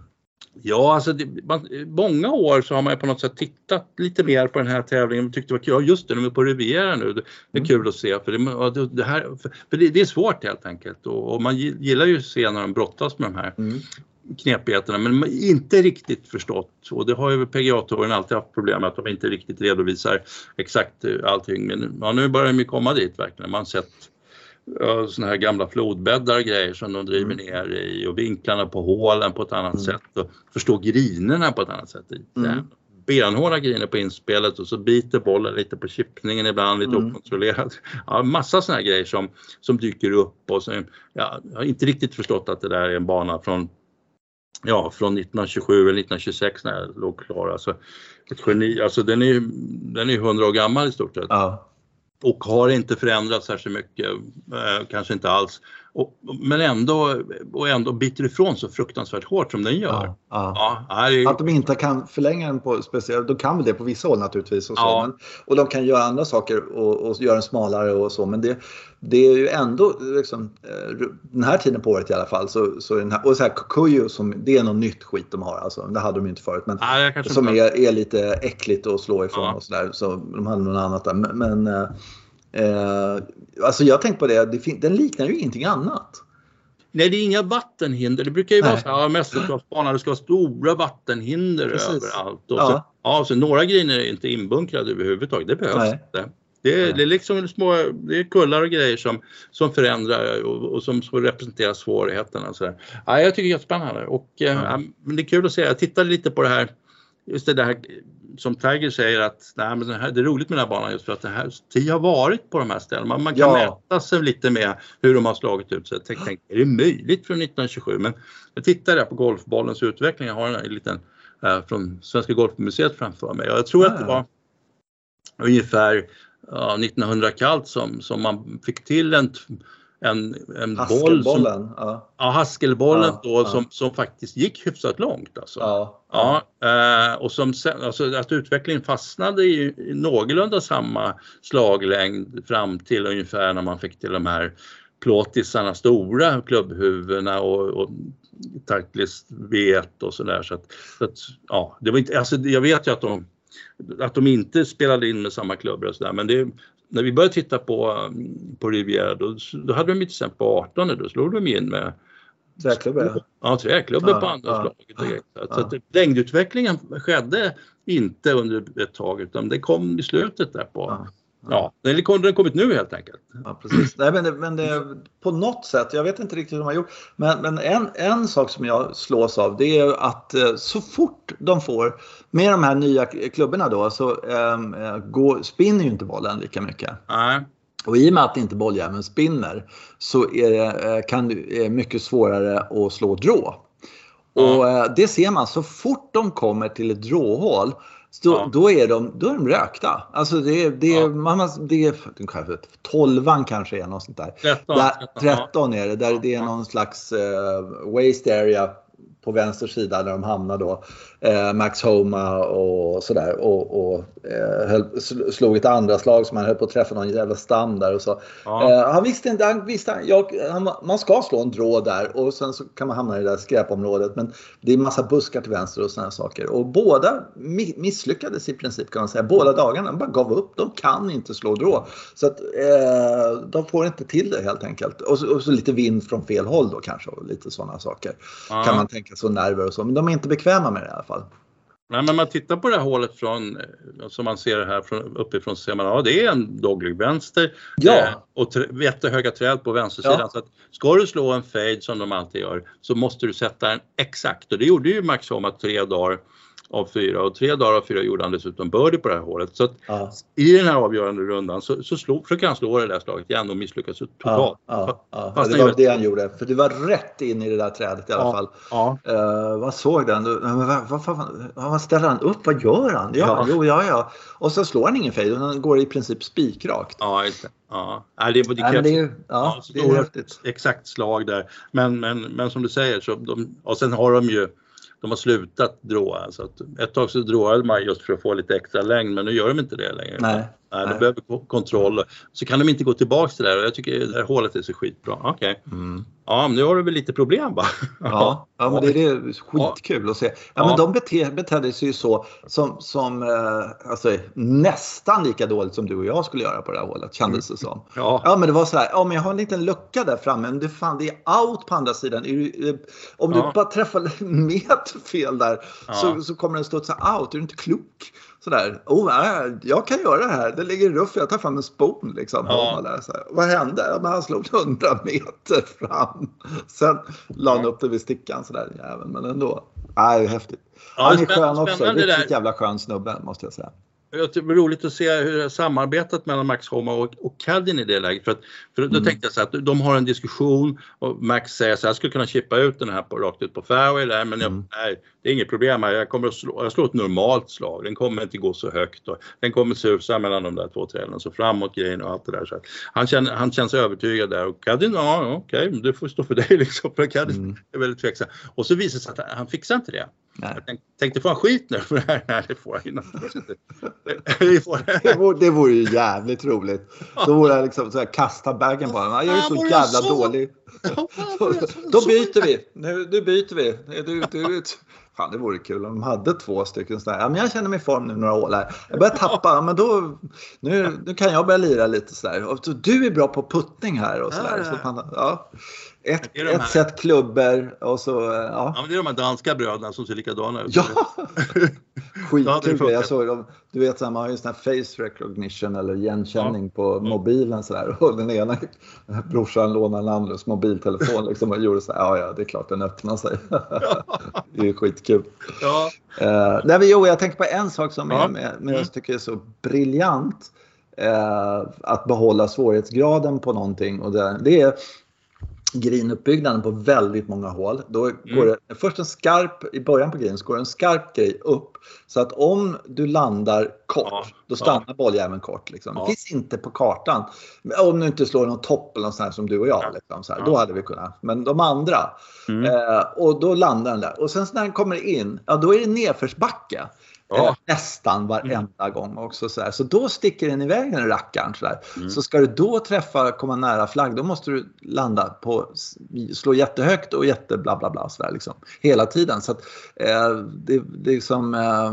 Ja, alltså det, man, många år så har man ju på något sätt tittat lite mer på den här tävlingen och tyckte det var kul. Ja, just det, de är på Riviera nu. Det, det är mm. kul att se för det, det, här, för, för det, det är svårt helt enkelt. Och, och man gillar ju att se när de brottas med de här mm. knepigheterna, men man inte riktigt förstått. Och det har ju P G A-touren alltid haft problem med att de inte riktigt redovisar exakt allting. Men ja, nu börjar de ju komma dit verkligen. Man har sett ja, såna här gamla flodbäddar och grejer som de driver mm. ner i och vinklarna på hålen på ett annat mm. sätt och förstå grinerna på ett annat sätt. Mm. Benhårda griner på inspelet och så biter bollen lite på chippningen ibland lite mm. okontrollerat. Ja, massa såna här grejer som, som dyker upp och så, ja, jag har inte riktigt förstått att det där är en bana från ja, från nittonhundratjugosju eller nittonhundratjugosex när jag låg klar. Alltså, ett geni, alltså den är den är hundra år gammal i stort sett. Ja. Och har inte förändrats särskilt mycket, eh, kanske inte alls. Och, men ändå, och ändå biter ifrån så fruktansvärt hårt som den gör. Ja, ja. Ja, är... Att de inte kan förlänga den på speciellt, de kan väl det på vissa håll naturligtvis. Och, så, ja. men, och de kan göra andra saker och, och göra den smalare och så. Men det, det är ju ändå liksom, den här tiden på året i alla fall. Så, så den här, och så här Kukuyu, som, det är något nytt skit de har. Alltså, det hade de inte förut. Men ja, som inte... är, är lite äckligt att slå ifrån ja. och sådär. Så de hade något annat där. Men... men Eh, alltså jag tänkte på det, det fin- den liknar ju ingenting annat. Nej, det är inga vattenhinder. Det brukar ju Nej. vara så här, mästerskapsbanan, det ska vara stora vattenhinder Precis. överallt. Och ja. så, ja, så några grejer är inte inbunkrade överhuvudtaget, det behövs Nej. inte. Det är, det är liksom små, det är kullar och grejer som, som förändrar och, och som representerar svårigheterna. Så ja, jag tycker det är spännande och mm. ja, men det är kul att se. Jag tittade lite på det här, just det där som Tiger säger att nej, men det, här, det är roligt med den här banan just för att det här, tio har varit på de här ställena. Man, man kan ja. mäta sig lite med hur de har slagit ut sig. Jag tänkte, är det möjligt från nittonhundratjugosju? Men jag tittar där på golfbollens utveckling. Jag har en liten äh, från Svenska Golfmuseet framför mig. Och jag tror ja. att det var ungefär ja, nittonhundra kallt som, som man fick till en en, en boll som, ja. Ja, Haskelbollen ja, då ja. Som, som faktiskt gick hyfsat långt alltså. Ja, ja. ja eh, och som sen, alltså att utvecklingen fastnade i, i någorlunda samma slaglängd fram till ungefär när man fick till de här plåtisarna, stora klubbhuvudena och, och Titleist V ett och sådär så att, så att ja, det var inte, alltså jag vet ju att de att de inte spelade in med samma klubbor och sådär, men det när vi började titta på, på Riviera då, då hade de ju till exempel på arton då slog de in med träklubbor. Ja, träklubbor ja, på andra ja, slaget. Ja, så att längdutvecklingen skedde inte under ett tag utan det kom i slutet där på. Ja. Ja, den har kommit nu helt enkelt. Ja, precis. Nej, men det, men det på något sätt, jag vet inte riktigt hur de har gjort, men, men en, en sak som jag slås av det är att eh, så fort de får med de här nya klubborna då så eh, går, spinner ju inte bollen lika mycket. Nej. Och i och med att inte bolljäveln spinner så är det, eh, kan det är mycket svårare att slå draw. Ja. Och eh, det ser man så fort de kommer till ett drawhål. Så ja. då, är de, då är de rökta. Alltså det, det, ja. man, det är tolvan kanske är något sånt där. tretton, där, tretton är det. Där det är någon slags uh, waste area på vänster sida där de hamnar då. eh, Max Homa och sådär. Och, och eh, höll, slog ett andra slag som han höll på att träffa någon jävla stam där och så. Ja. Eh, han visste inte, han visste, jag, han, man ska slå en drå där och sen så kan man hamna i det där skräpområdet. Men det är massa buskar till vänster och sådana saker. Och båda misslyckades i princip kan man säga. Båda dagarna, de bara gav upp. De kan inte slå drå. Så att eh, de får inte till det helt enkelt. Och så, och så lite vind från fel håll då kanske. Och lite sådana saker. Ja. Kan man tänka så, nerver och så. Men de är inte bekväma med det i alla fall. Nej, men man tittar på det här hålet från, som man ser här från, uppifrån, så ser man, ja, det är en dogleg vänster. Ja. Eh, och tre, jättehöga träd på vänstersidan. Ja. Så att ska du slå en fade som de alltid gör, så måste du sätta den exakt. Och det gjorde ju Max Homa tre dagar av fyra. Och tre dagar av fyra gjorde han dessutom birdie på det här hålet. Så att ja. I den här avgörande rundan så, så slog, försöker han slå det där slaget igen och misslyckas totalt. Ja, ja, ja. Det var det han gjorde. För det var rätt in i det där trädet i alla ja. fall. Ja. Uh, vad såg den? Men vad, vad, vad, vad ställer han upp? Vad gör han? Ja, ja. Jo, ja, ja. Och så slår han ingen fade. Han går i princip spikrakt. Ja, just det. Ja, det, det, det, Nej, men det är ju ja, ja, det är häftigt. Exakt slag där. Men, men, men som du säger, så de, och sen har de ju de har slutat dråa. Så att ett tag så dråade man just för att få lite extra längd, men nu gör de inte det längre. Nej. Nej, de behöver kontroll. Så kan de inte gå tillbaka till det där. Och jag tycker det här hålet är så skitbra. Okej. Okay. Mm. Ja, men nu har du väl lite problem va? Ja, ja men det är det skitkul att se. Ja, ja. Men de bete, betedde sig ju så som, som eh, alltså, nästan lika dåligt som du och jag skulle göra på det här hålet, kändes det som. Ja. Ja, men det var så här, ja men jag har en liten lucka där framme, men det, fan, det är out på andra sidan. Om du ja. bara träffar meter fel där ja. så, så kommer den studsa out, du är inte klok. Sådär, oh, jag kan göra det här. Det ligger ruff, jag tar fram en spon liksom. Ja. Så här, vad hände? Ja, men han slog hundra meter fram. Sen la han upp det vid stickan sådär, jäveln. Men ändå, nej, det är häftigt. Ja, han är skön också, riktigt jävla skön snubbe måste jag säga. Det är roligt att se hur det är samarbetat mellan Max Homa och, och Cadden i det läget. För, att, för då mm. tänkte jag så att de har en diskussion och Max säger så här, jag skulle kunna chippa ut den här på, rakt ut på fairway där, men jag, mm. nej, det är inget problem här. Jag kommer att slå, jag slår ett normalt slag. Den kommer inte gå så högt och den kommer susa mellan de där två träden så framåt grejen och allt det där. Så han, känner, han känns övertygad där och Cadden, ja okej, okay, det får stå för dig liksom. För Cadden mm. är väldigt tveksam. Och så visar det sig att han fixar inte det. Nej. Jag tänkte, tänkte få en skit nu för det här. Nej, det får jag innan. det, vore, det vore ju jävligt roligt. Då vore jag liksom så här, kasta bagen på honom. Jag är så jävla dålig. Då byter vi. Nu, nu byter vi. Du, du, fan, det vore kul om de hade två stycken sådär. Ja, men jag känner mig i form nu några år här. Jag börjar tappa, men då nu, nu kan jag börja lira lite sådär. Och så, du är bra på puttning här och sådär. Så fan, ja. Ett, ett set klubbor och så, ja. Ja, men det är de här danska bröderna som ser likadana ut. Ja, skitkul. Jag såg dem, du vet, man har ju sån här face recognition eller igenkänning ja. på ja. mobilen sådär. Och den ena brorsan lånar den andras mobiltelefon liksom och gjorde så här, ja, ja, det är klart den öppnar sig. Ja. Det är ju skitkul. Ja. Uh, nej, men jo, jag tänker på en sak som ja. är, med, med jag tycker är så briljant. Uh, att behålla svårighetsgraden på någonting. Och det, det är grinuppbyggnaden på väldigt många hål. Då går mm. det först en skarp, i början på grinen så går en skarp grej upp. Så att om du landar kort, ja, då stannar ja. bolljäveln kort. Liksom. Ja. Det finns inte på kartan. Om du inte slår någon topp eller något sånt här som du och jag. Liksom, så här, ja. Då hade vi kunnat. Men de andra. Mm. Eh, och då landar den där. Och sen när den kommer in, ja då är det nedförsbacke. Ja. Eh, nästan varenda mm. gång också så här. Så då sticker den iväg den rackaren så där. Mm. Så ska du då träffa, komma nära flagg, då måste du landa på, slå jättehögt och jätte bla bla bla så där liksom. Hela tiden. Så att eh, det, det är liksom eh,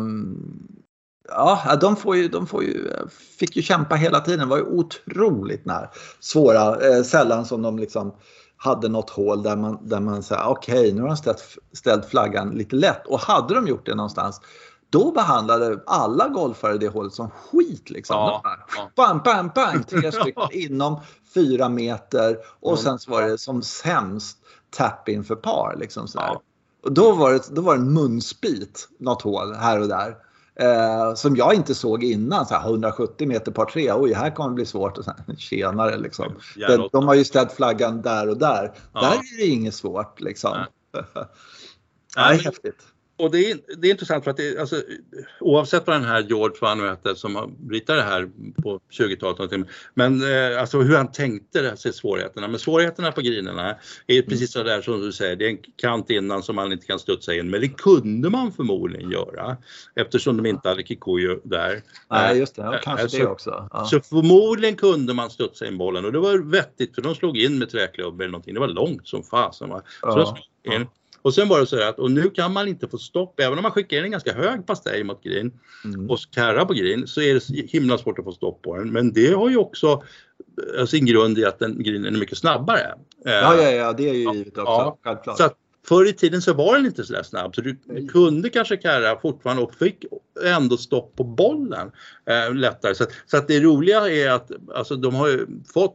ja, de får ju, de får ju, fick ju kämpa hela tiden. Det var ju otroligt när svåra, eh, sällan som de liksom hade något hål där man, där man säger okej, okay, nu har de ställt, ställt flaggan lite lätt. Och hade de gjort det någonstans, då behandlade alla golfare det hålet som skit liksom. Ja, ja. Bam, bam, bam, tre stycken inom fyra meter. Och sen så var det som sämst tap in för par liksom så här. Ja. Och då var det, då var det en munspit, något hål här och där. Eh, som jag inte såg innan, så här hundrasjuttio meter par tre. Oj, här kommer det bli svårt. Och sen, tjenare liksom. De, de har ju ställt flaggan där och där. Ja. Där är det inget svårt liksom. Nej. Nej, häftigt. och det är, det är intressant för att det, alltså, oavsett vad den här George vad han nu heter som har ritat det här på tjugotalet, men eh, alltså hur han tänkte det sig svårigheterna. Men svårigheterna på grinerna är precis så där som du säger, det är en kant innan som man inte kan studsa in, men det kunde man förmodligen göra eftersom de inte hade Kikuyu där. Nej, just det, ja, eh, kanske så, det också. Ja. Så förmodligen kunde man studsa in bollen och det var vettigt för de slog in med träklubb eller någonting, det var långt som fasen. Så ja, de slog in. Och sen var det så att, och nu kan man inte få stopp, även om man skickar in en ganska hög pastej mot green mm. och kärra på green så är det himla svårt att få stopp på den. Men det har ju också sin grund i att den greenen är mycket snabbare. Ja, ja, ja, det är ju givet också. Ja, så att förr i tiden så var den inte så där snabb så du Nej. kunde kanske kärra fortfarande och fick ändå stopp på bollen eh, lättare. Så, så att det roliga är att alltså, de har ju fått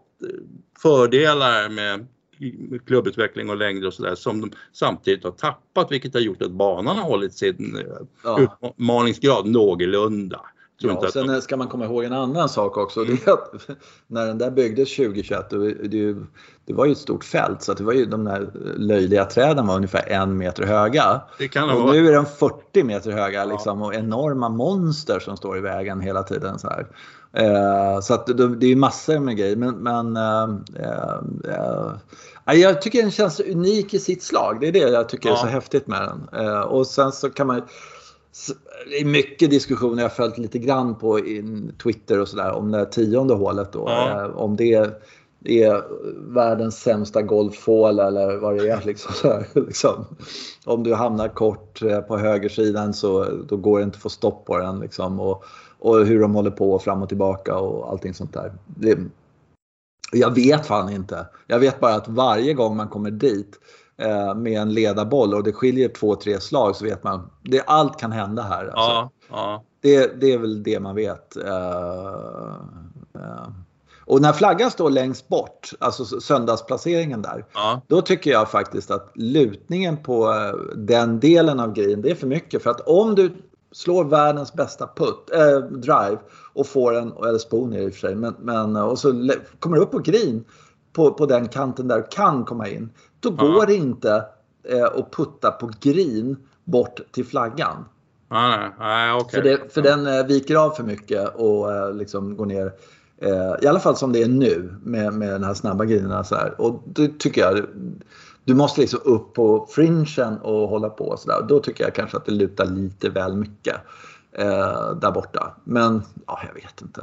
fördelar med klubbutveckling och längder och sådär som de samtidigt har tappat, vilket har gjort att banan har hållit sin ja. utmaningsgrad någorlunda. Ja, och sen ska man komma ihåg en annan sak också. Mm. Det är att när den där byggdes tjugohundratjugoett, det, det, det var ju ett stort fält så att det var ju de där löjliga träden var ungefär en meter höga. Det kan och vara. Nu är de fyrtio meter höga ja. liksom, och enorma monster som står i vägen hela tiden så här. Uh, så att det, det är ju massor med grejer men, men uh, uh, uh, jag tycker den känns unik i sitt slag. Det är det jag tycker ja. är så häftigt med den. Uh, och sen så kan man det är mycket diskussioner jag har följt lite grann på in Twitter och sådär om det här tionde hålet då. Ja. Uh, om det är världens sämsta golfhål eller vad det är liksom, så här, liksom. Om du hamnar kort på högersidan så då går det inte att få stopp på den liksom, och och hur de håller på fram och tillbaka och allting sånt där. Det, jag vet fan inte. Jag vet bara att varje gång man kommer dit eh, med en ledarboll och det skiljer två, tre slag så vet man. Det, allt kan hända här. Alltså. Ja, ja. Det, det är väl det man vet. Uh, uh. Och när flaggan står längst bort, alltså söndagsplaceringen där, ja. då tycker jag faktiskt att lutningen på den delen av grejen, det är för mycket. För att om du slår världens bästa putt, äh, drive och får en, eller spoon i och för sig, men, men, och så kommer du upp på green på, på den kanten där du kan komma in. Då ja. går det inte äh, att putta på green bort till flaggan. Ah, ah, okay. För, det, för den äh, viker av för mycket och äh, liksom går ner. Äh, I alla fall som det är nu med, med den här snabba greenerna så här. Och det tycker jag... Du måste liksom upp på fringen och hålla på så där. Då tycker jag kanske att det lutar lite väl mycket eh, där borta. Men ja, jag vet inte.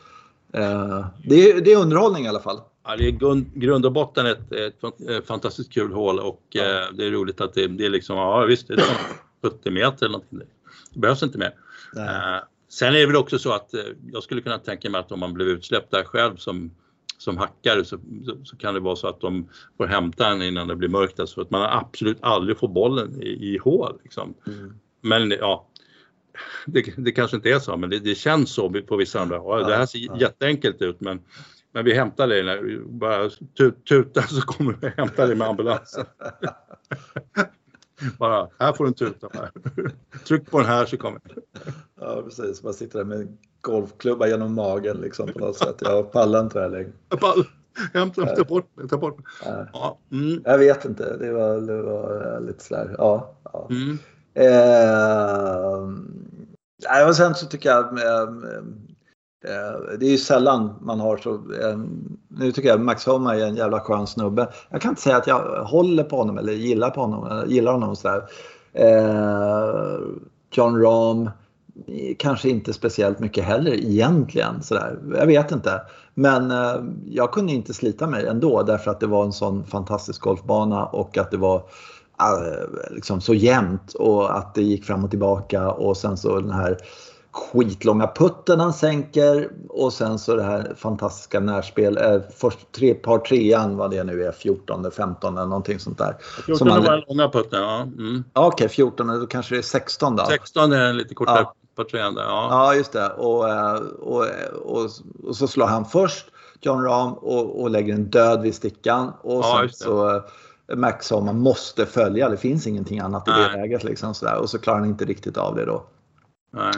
Eh, det, är, det är underhållning i alla fall. Ja, det är grund, grund och botten ett, ett, ett fantastiskt kul hål och ja. eh, det är roligt att det, det är liksom, ja visst, det är sjuttio meter eller någonting. Det behövs inte mer. Eh, sen är det väl också så att eh, jag skulle kunna tänka mig att om man blev utsläppt där själv som som hackare så, så, så kan det vara så att de får hämta den innan det blir mörkt. Alltså att man absolut aldrig får bollen i, i hål. Liksom. Mm. Men ja, det, det kanske inte är så, men det, det känns så på vissa andra. Ja, det här ser ja. jätteenkelt ut, men, men vi hämtar det. När vi bara tut, tuta så kommer vi hämta det med ambulansen. Bara, här får du en tuta. Här. Tryck på den här så kommer det. Ja, precis. Man sitter där med golfklubba genom magen liksom på något sätt. Jag pallar inte det här längre. Hämta, ta bort, ta bort. Ja. Mm. Jag vet inte. Det var, det var lite sådär. Ja. ja. Mm. Eh, och sen så tycker jag eh, eh, det är ju sällan man har så eh, nu tycker jag Max Homa är en jävla skön snubbe. Jag kan inte säga att jag håller på honom eller gillar på honom eller gillar honom sådär. Eh, Jon Rahm kanske inte speciellt mycket heller egentligen sådär. Jag vet inte. Men eh, jag kunde inte slita mig ändå därför att det var en sån fantastisk golfbana och att det var eh, liksom så jämnt och att det gick fram och tillbaka och sen så den här skitlånga putten han sänker och sen så det här fantastiska närspel eh, först tre par trean vad det nu är fjorton femton eller någonting sånt där. fjorton man, var den långa putten, ja. Mm. Okej, okay, fjorton då kanske det är sexton då. sexton är en lite kortare ja. par trean där, ja. Ja, just det. Och, och, och, och så slår han först Jon Rahm och, och lägger en död vid stickan och ja, sen så Max som man måste följa, det finns ingenting annat Nej. i det läget liksom sådär och så klarar han inte riktigt av det då. Nej.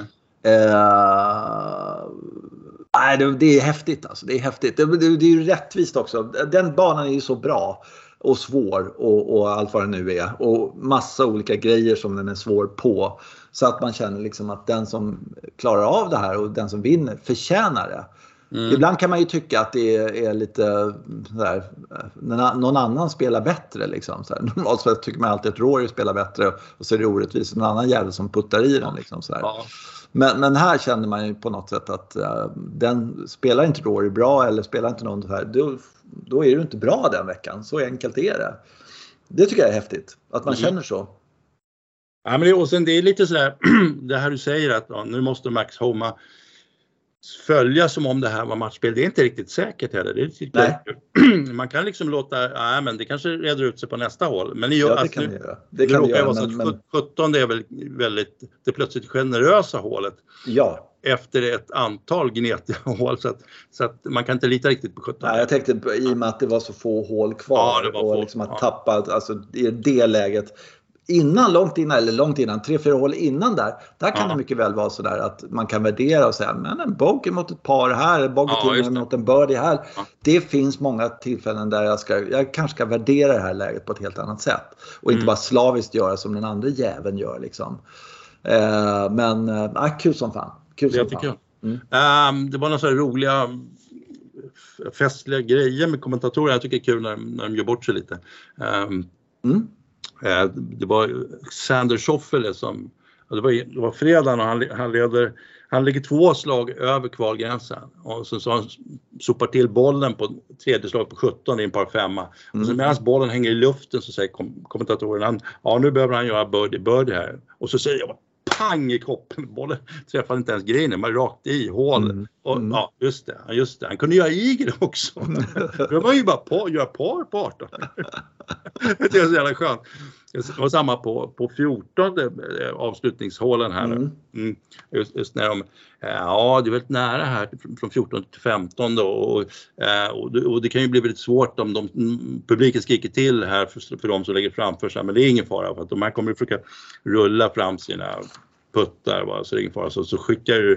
Uh, nej, det, det är häftigt alltså. Det är häftigt. Det, det, det är ju rättvist också. Den banan är ju så bra. och svår och, och allt vad det nu är. Och massa olika grejer som den är svår på. Så att man känner liksom att den som klarar av det här och den som vinner förtjänar det. Mm. Ibland kan man ju tycka att det är, är lite sådär, när någon annan spelar bättre liksom. Så normalt så tycker man alltid att Rory spelar bättre och så är det orättvist. Någon annan jävel som puttar i den liksom så ja. Men, men här känner man ju på något sätt att uh, den spelar inte Rory bra eller spelar inte någon så här. Då, då är du inte bra den veckan. Så enkelt är det. Det tycker jag är häftigt. Att man mm. känner så. Ja, men det, och sen det är lite sådär, det här du säger att ja, nu måste Max Homa följa som om det här var matchspel. Det är inte riktigt säkert heller. Det är riktigt man kan liksom låta, ja men det kanske reder ut sig på nästa hål. Men det, ja, det alltså, kan det göra. Det kan det göra, vara men, men... sjutton är väl väldigt, det plötsligt generösa hålet. Ja. Efter ett antal gnetiga hål så att, så att man kan inte lita riktigt på sjutton. Nej, jag tänkte på, i och med att det var så få hål kvar ja, det var och få, liksom att ja. tappa, alltså i det läget innan, långt innan eller långt innan, tre, fyra hål innan där, där kan ja. det mycket väl vara så där att man kan värdera och säga, men en bogey mot ett par här, en bogey ja, till mot en birdie här. Ja. Det finns många tillfällen där jag, ska, jag kanske ska värdera det här läget på ett helt annat sätt. Och inte mm. bara slaviskt göra som den andra jäveln gör liksom. Eh, men, äh, kul som fan. Kul som jag fan. Tycker jag. Um, det var några så här roliga festliga grejer med kommentatorer. Jag tycker det är kul när, när de gör bort sig lite. Um, mm. uh, det var Xander Schauffele som, det var, det var fredagen och han, han leder, han ligger två slag över kvalgränsen och så, så han sopar till bollen på tredje slag på sjutton i en par femma. Mm. Och så medan bollen hänger i luften så säger kom, kommentatorn, han, ja nu behöver han göra birdie birdie här. Och så säger jag, pang i kroppen, bollen träffade inte ens grinen, man rakt i hålet. Mm. Och mm. ja, just det, just det. Han kunde göra eagle också. Det var ju bara på, göra par på arton. Det är så jävla skönt. Det var samma på, på fjortonde avslutningshålen här. Mm. Mm. Just, just när de, ja det är väldigt nära här från fjorton till femton då, och, och, och det kan ju bli väldigt svårt om de, publiken skriker till här för, för de som lägger framför sig, men det är ingen fara för att de här kommer att försöka rulla fram sina puttar, va? Så det är ingen fara. Så, så skickar ju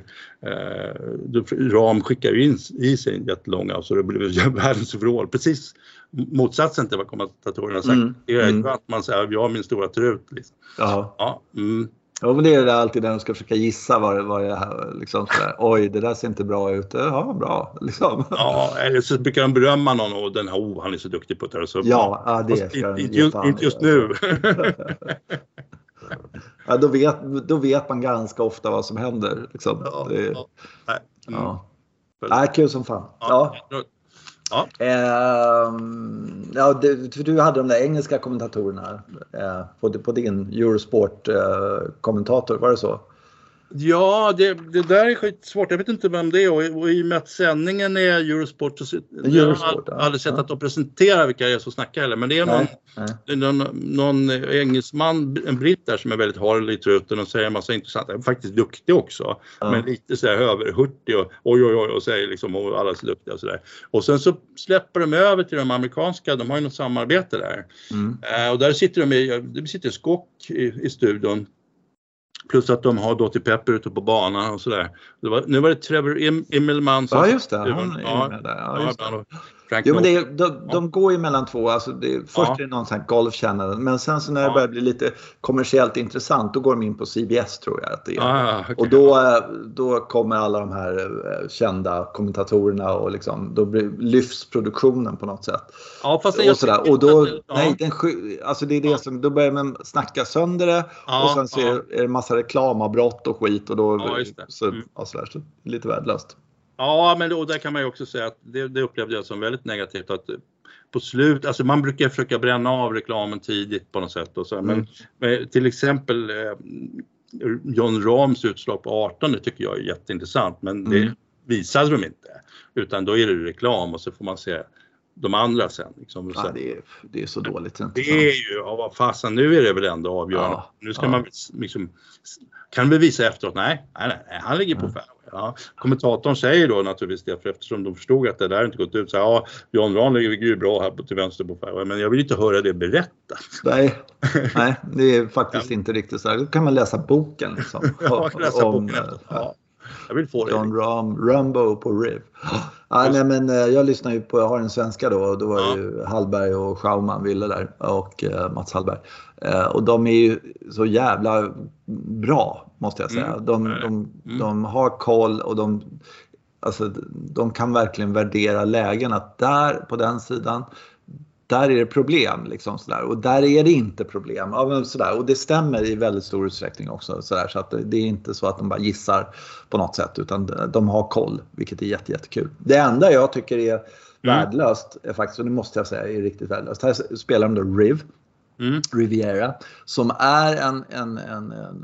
eh, Ram skickar ju in i sig jättelånga, så det blir världens overall. Precis motsatsen till vad kommentatorerna har sagt. Mm. Det är mm. att man säger, jag har min stora trut. Liksom. Ja. Ja, mm. Ja, men det är det alltid när de ska försöka gissa vad det, vad det är. Liksom sådär. Oj, det där ser inte bra ut. Ja, bra. Liksom. Ja, eller så brukar de berömma någon och den här, oh, han är så duktig på det. Så, ja, ja, det ska inte, just, inte just nu. Ja, då vet, då vet man ganska ofta vad som händer. Liksom. Ja, det, ja, nej. Mm. Ja. Nej, kul som fan. Ja. Ja. Ja. Eh, ja, det, för du hade de där engelska kommentatorerna eh, på, på din Eurosport-kommentator, eh, var det så? Ja, det, det där är skitsvårt. Jag vet inte vem det är. Och, och i och med att sändningen är Eurosport, så Eurosport jag har aldrig sett ja. att de presenterar vilka det är som snackar heller. Men det är någon, nej, nej. någon, någon engelsman, en britt där som är väldigt harlig i truten och säger en massa intressant. är faktiskt duktig också. Ja. Men lite så här överhurtig och oj oj oj och säger liksom och alla är så duktiga och sådär. Och sen så släpper de över till de amerikanska. De har ju något samarbete där. Mm. Uh, och där sitter de i, det sitter skock i, i studion. Plus att de har Dottie Pepper ute på banan och sådär. Nu var det Trevor Immelman som... Ja, just det. Han är ja, med där. Ja, just det. Jo, men det är, de, de går ju mellan två. Alltså det är, först ja. är det någon sån här Golf Channel. Men sen så när det ja. börjar bli lite kommersiellt intressant, då går de in på C B S tror jag att det är. Ja, okay. Och då, då kommer alla de här kända kommentatorerna och liksom, då blir, lyfts produktionen på något sätt. Ja, fast och, sådär. Och då, ja. nej, den, alltså det är det ja. som, då börjar man snacka sönder det. Ja, och sen så ja. är det massa reklamavbrott och skit. Och då, ja, just det. Så, mm. ja, sådär, så lite värdelöst. Ja, men då, där kan man ju också säga att det, det upplevde jag som väldigt negativt att på slut, alltså man brukar försöka bränna av reklamen tidigt på något sätt och så, men, mm. men till exempel eh, Jon Rahms utslag på arton, det tycker jag är jätteintressant, men mm. det visade de inte, utan då är det reklam och så får man se de andra sen. Liksom. Ja, det, är, det är så dåligt. Det är ju, ja, vad fasen, nu är det väl ändå avgörande. Ja, nu ska ja. man liksom, kan vi visa efteråt, nej, nej, nej han ligger på ja. fairway. Ja. Kommentatorn säger då naturligtvis det, för eftersom de förstod att det där inte gått ut, så ja, Jon Rahm ligger ju bra här till vänster på fairway, men jag vill inte höra det berättat. Nej, nej det är faktiskt ja. inte riktigt så här. Då kan man läsa boken liksom. Ja, läsa om, boken. Ja. Jag vill få det. John Ram, Rambo på Riv. Ah, nej, men jag lyssnar ju på, jag har en svenska då, och då var det ja. ju Hallberg och Schauman Ville där, och uh, Mats Hallberg. Uh, och de är ju så jävla bra, måste jag säga. Mm. De, de, mm. de har koll, och de, alltså, de kan verkligen värdera lägen, att där på den sidan, där är det problem liksom sådär, och där är det inte problem. Ja, sådär. Och det stämmer i väldigt stor utsträckning också sådär, så att det är inte så att de bara gissar på något sätt, utan de har koll, vilket är jätte, jättekul. Det enda jag tycker är mm. värdelöst är faktiskt, och det måste jag säga är riktigt värdelöst. Här spelar de då Riv, mm. Riviera, som är en, en, en, en,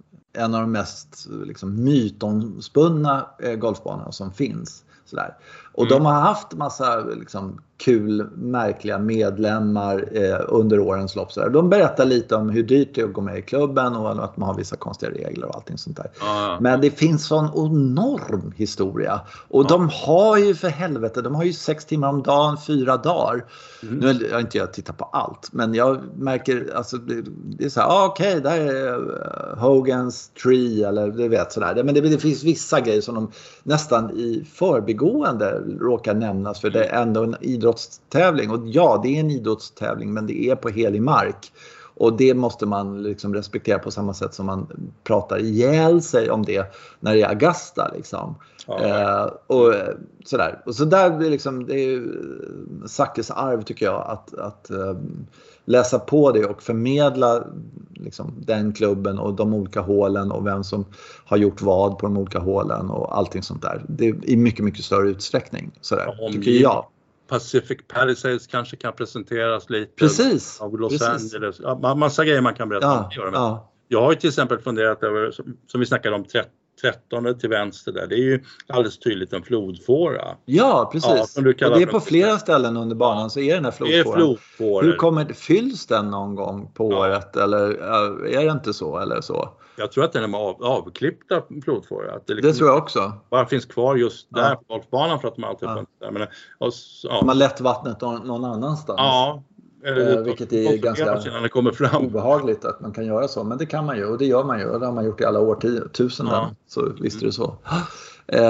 en av de mest liksom, mytomspunna eh, golfbanorna som finns. Sådär. Och mm. de har haft massa liksom, kul, märkliga medlemmar eh, under årens lopp. Sådär. De berättar lite om hur dyrt det är att gå med i klubben, och att man har vissa konstiga regler och allting sånt där. Ah. Men det finns sån enorm historia. Och ah. de har ju för helvete, de har ju sex timmar om dagen, fyra dagar. Mm. Nu har jag inte jag tittat på allt, men jag märker, alltså, det, det är så här, ah, okej, okay, där är uh, Hogan's Tree, eller det vet sådär. Men det, det finns vissa grejer som de nästan i förbigående råkar nämnas, för det är ändå en idrottstävling. Och ja, det är en idrottstävling, men det är på helig mark. Och det måste man liksom respektera på samma sätt som man pratar ihjäl sig om det när det är Augusta liksom. Ja. Eh, och sådär. Och så där blir liksom, det är ju Sackes arv tycker jag, att, att eh, läsa på det och förmedla liksom, den klubben och de olika hålen och vem som har gjort vad på de olika hålen och allting sånt där. Det är i mycket, mycket större utsträckning. Sådär, ja, tycker jag. Pacific Palisades kanske kan presenteras lite. Precis. Av Los Precis. Angeles. Ja, massa grejer man kan berätta ja, om. Ja. Jag har ju till exempel funderat över, som, som vi snackade om, tretton till vänster där. Det är ju alldeles tydligt en flodfåra. Ja, precis. Ja, och det är på flera ställen under banan, ja. Så är den här flodfåran. flodfåran. Hur kommer det, fylls den någon gång på ja. året? Eller är det inte så? Eller så? Jag tror att den är av, avklippta flodfåror. Att det, liksom det tror jag också. Bara finns kvar just där ja. på golfbanan för att de alltid ja. där. Men, och, ja. De har lätt vattnet någon, någon annanstans. Ja. Eh, vilket är ganska det kommer fram. obehagligt att man kan göra så. Men det kan man ju, och det gör man ju. Och det har man gjort i alla årtusenden. Ja. Så visst är det så. Eh,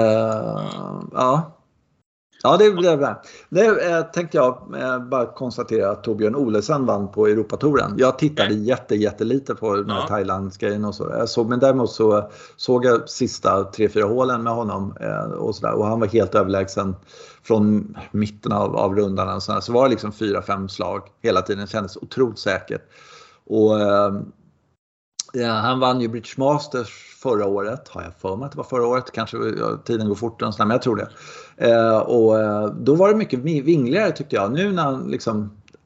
ja. Ja, det blev bra. Det eh, tänkte jag eh, bara konstatera att Torbjörn Olesen vann på Europatouren. Jag tittade jätte, jättelite på den här ja. Thailandsgrejen och så. Jag såg, men däremot så såg jag sista tre fyra hålen med honom eh, och sådär. Och han var helt överlägsen från mitten av, av rundan. Så, så var det liksom fyra fem slag hela tiden. Det kändes otroligt säkert. Och eh, ja, han vann ju British Masters förra året. Har jag för mig att det var förra året. Kanske ja, tiden går fort, men jag tror det. Eh, och eh, då var det mycket vingligare tyckte jag. Nu när han liksom,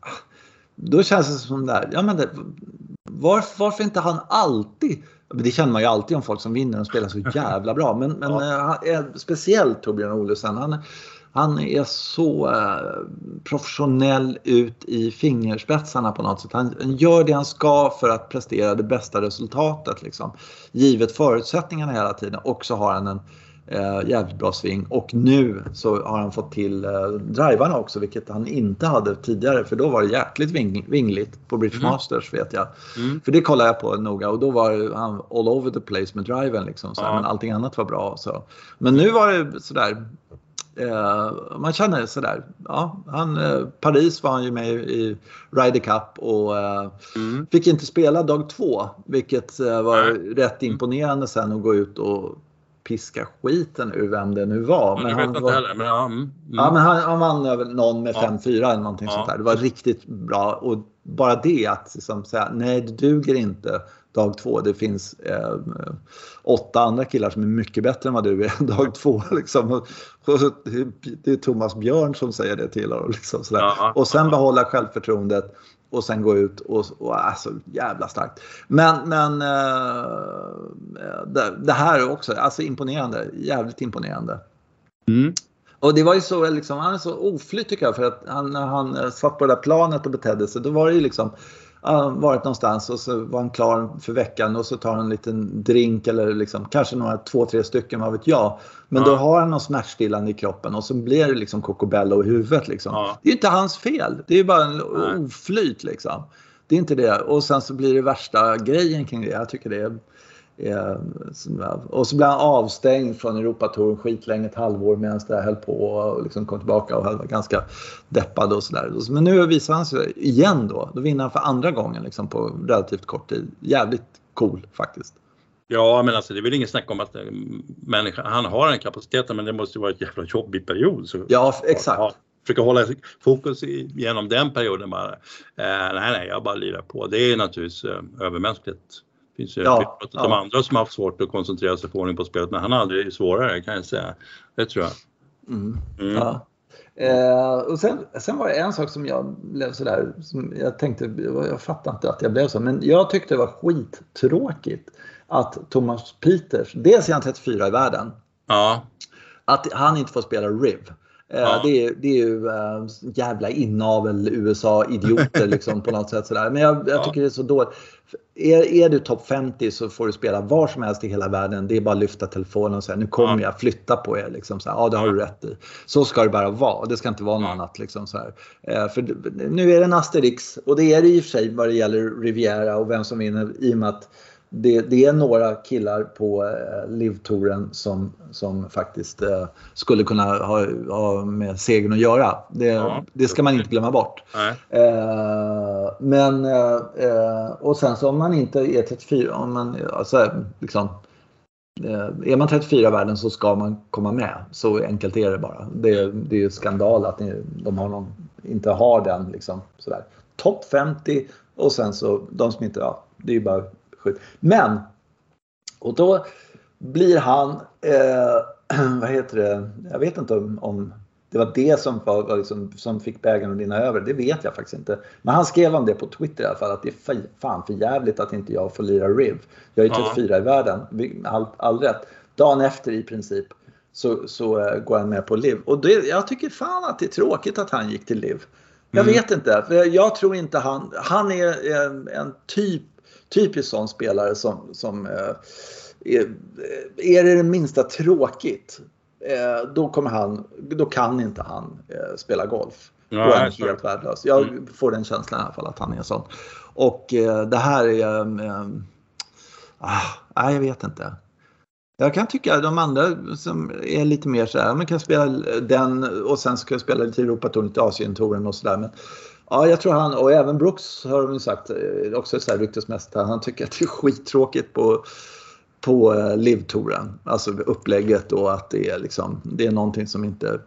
då känns det som där, ja men det, varför, varför inte han alltid, det känner man ju alltid om folk som vinner och spelar så jävla bra, men, men ja. eh, speciellt Torbjörn Olesen, han, han är så eh, professionell ut i fingerspetsarna på något sätt. Han, han gör det han ska för att prestera det bästa resultatet liksom. Givet förutsättningarna hela tiden, och så har han en Uh, jävligt bra sving, och nu så har han fått till uh, drivarna också, vilket han inte hade tidigare, för då var det jäkligt ving- vingligt på British mm. Masters vet jag mm. för det kollade jag på noga, och då var han all over the place med driven liksom, så, ja. Men allting annat var bra så. Men nu var det sådär uh, man känner sådär ja, han, uh, Paris var han ju med i Ryder Cup och uh, mm. fick inte spela dag två, vilket uh, var mm. rätt imponerande sen att gå ut och piska skiten ur vem det nu var. Men han, var, heller, men, ja, mm, mm. Ja, men han, han vann över någon med fem fyra ja. eller någonting ja. sånt där. Det var riktigt bra. Och bara det att liksom säga, nej det duger inte dag två. Det finns eh, åtta andra killar som är mycket bättre än vad du är dag två. Liksom. Och, och, det är Thomas Björn som säger det till honom. Liksom, sådär. Ja. Och sen behålla självförtroendet. Och sen gå ut och, och alltså jävla starkt. Men, men äh, det, det här är också alltså imponerande. Jävligt imponerande. Mm. Och det var ju så liksom, han är så oflyt tycker jag. För att han, när han satt på det där planet och betedde sig, då var det ju liksom, han varit någonstans och så var han klar för veckan och så tar han en liten drink eller liksom, kanske några två, tre stycken, vad vet jag. Men ja. Då har han någon smärtstillande i kroppen och så blir det liksom kokobello i huvudet liksom. Ja. Det är ju inte hans fel, det är ju bara en Nej. oflyt liksom. Det är inte det. Och sen så blir det värsta grejen kring det. Jag tycker det är Och så blev han avstängd från Europatouren skitlänge, ett halvår, medan det höll på och liksom kom tillbaka och var ganska deppad och sådär. Men nu visar han sig igen då. Då vinner han för andra gången liksom på relativt kort tid. Jävligt cool faktiskt. Ja, men alltså det är väl ingen snack om att människa, han har en kapacitet, men det måste ju vara ett jävla jobbig period. Så, ja, exakt. Ja, försöka hålla fokus i, genom den perioden bara. Eh, nej, nej, jag bara lirar på. Det är naturligtvis eh, övermänskligt. Det finns ju ja, ja. de andra som har haft svårt att koncentrera sig på ordning på spelet, men han har aldrig svårare, kan jag säga. Det tror jag. Mm. Mm. Ja. Eh, och sen, sen var det en sak som jag blev sådär, som jag tänkte, jag fattar inte att jag blev så, men jag tyckte det var skittråkigt att Thomas Pieters, dels är han trettiofyra i världen, ja. att han inte får spela Riv. Ja. Det, är, det är ju äh, jävla inavel U S A-idioter liksom, på något sätt sådär. Men jag, jag tycker ja. det är så dåligt. Är, är du topp femtio så får du spela var som helst i hela världen. Det är bara att lyfta telefonen och säga, nu kommer ja. jag flytta på er. Liksom, så här, ja, det har du rätt i. Så ska det bara vara. Det ska inte vara något ja. annat. Liksom, så här. Eh, för nu är det en Asterix. Och det är det i och för sig vad det gäller Riviera och vem som vinner, i och med att Det, det är några killar på eh, Liv-touren som, som faktiskt eh, skulle kunna ha, ha med segern att göra. Det, ja, det ska man inte glömma bort. Eh, men eh, och sen så om man inte är trettiofyra, om man, alltså, liksom, eh, är man trettiofyra i världen så ska man komma med. Så enkelt är det bara. Det, det är ju skandal att ni, de har någon, inte har den. Liksom, sådär. Topp femtio och sen så de som inte, ja, det är ju bara men, och då blir han, eh, vad heter det, jag vet inte om, om det var det som, var, liksom, som fick bägaren att rinna över, det vet jag faktiskt inte. Men han skrev om det på Twitter i alla fall, att det är för, fan för jävligt att inte jag får lira Riv. Jag är trettiofyra ja. i världen, all, all rätt. Dagen efter i princip så, så uh, går han med på Liv. Och det, jag tycker fan att det är tråkigt att han gick till Liv. Jag mm. vet inte, för jag tror inte han, han är en, en typ typiskt sån spelare som, som eh, är, är det det minsta tråkigt, eh, då kommer han, då kan inte han eh, spela golf. Ja, då är han helt värdelös. Jag mm. får den känslan i alla fall att han är sån. Och eh, det här är eh, ah, jag vet inte. Jag kan tycka att de andra som är lite mer så här, man kan spela den och sen ska jag spela lite Europatouren, lite Asientouren och sådär, men ja, jag tror han, och även Brooks har de ju sagt, också så här ryktesmässigt, han tycker att det är skittråkigt på, på Liv-touren. Alltså upplägget och att det är liksom, det är någonting som inte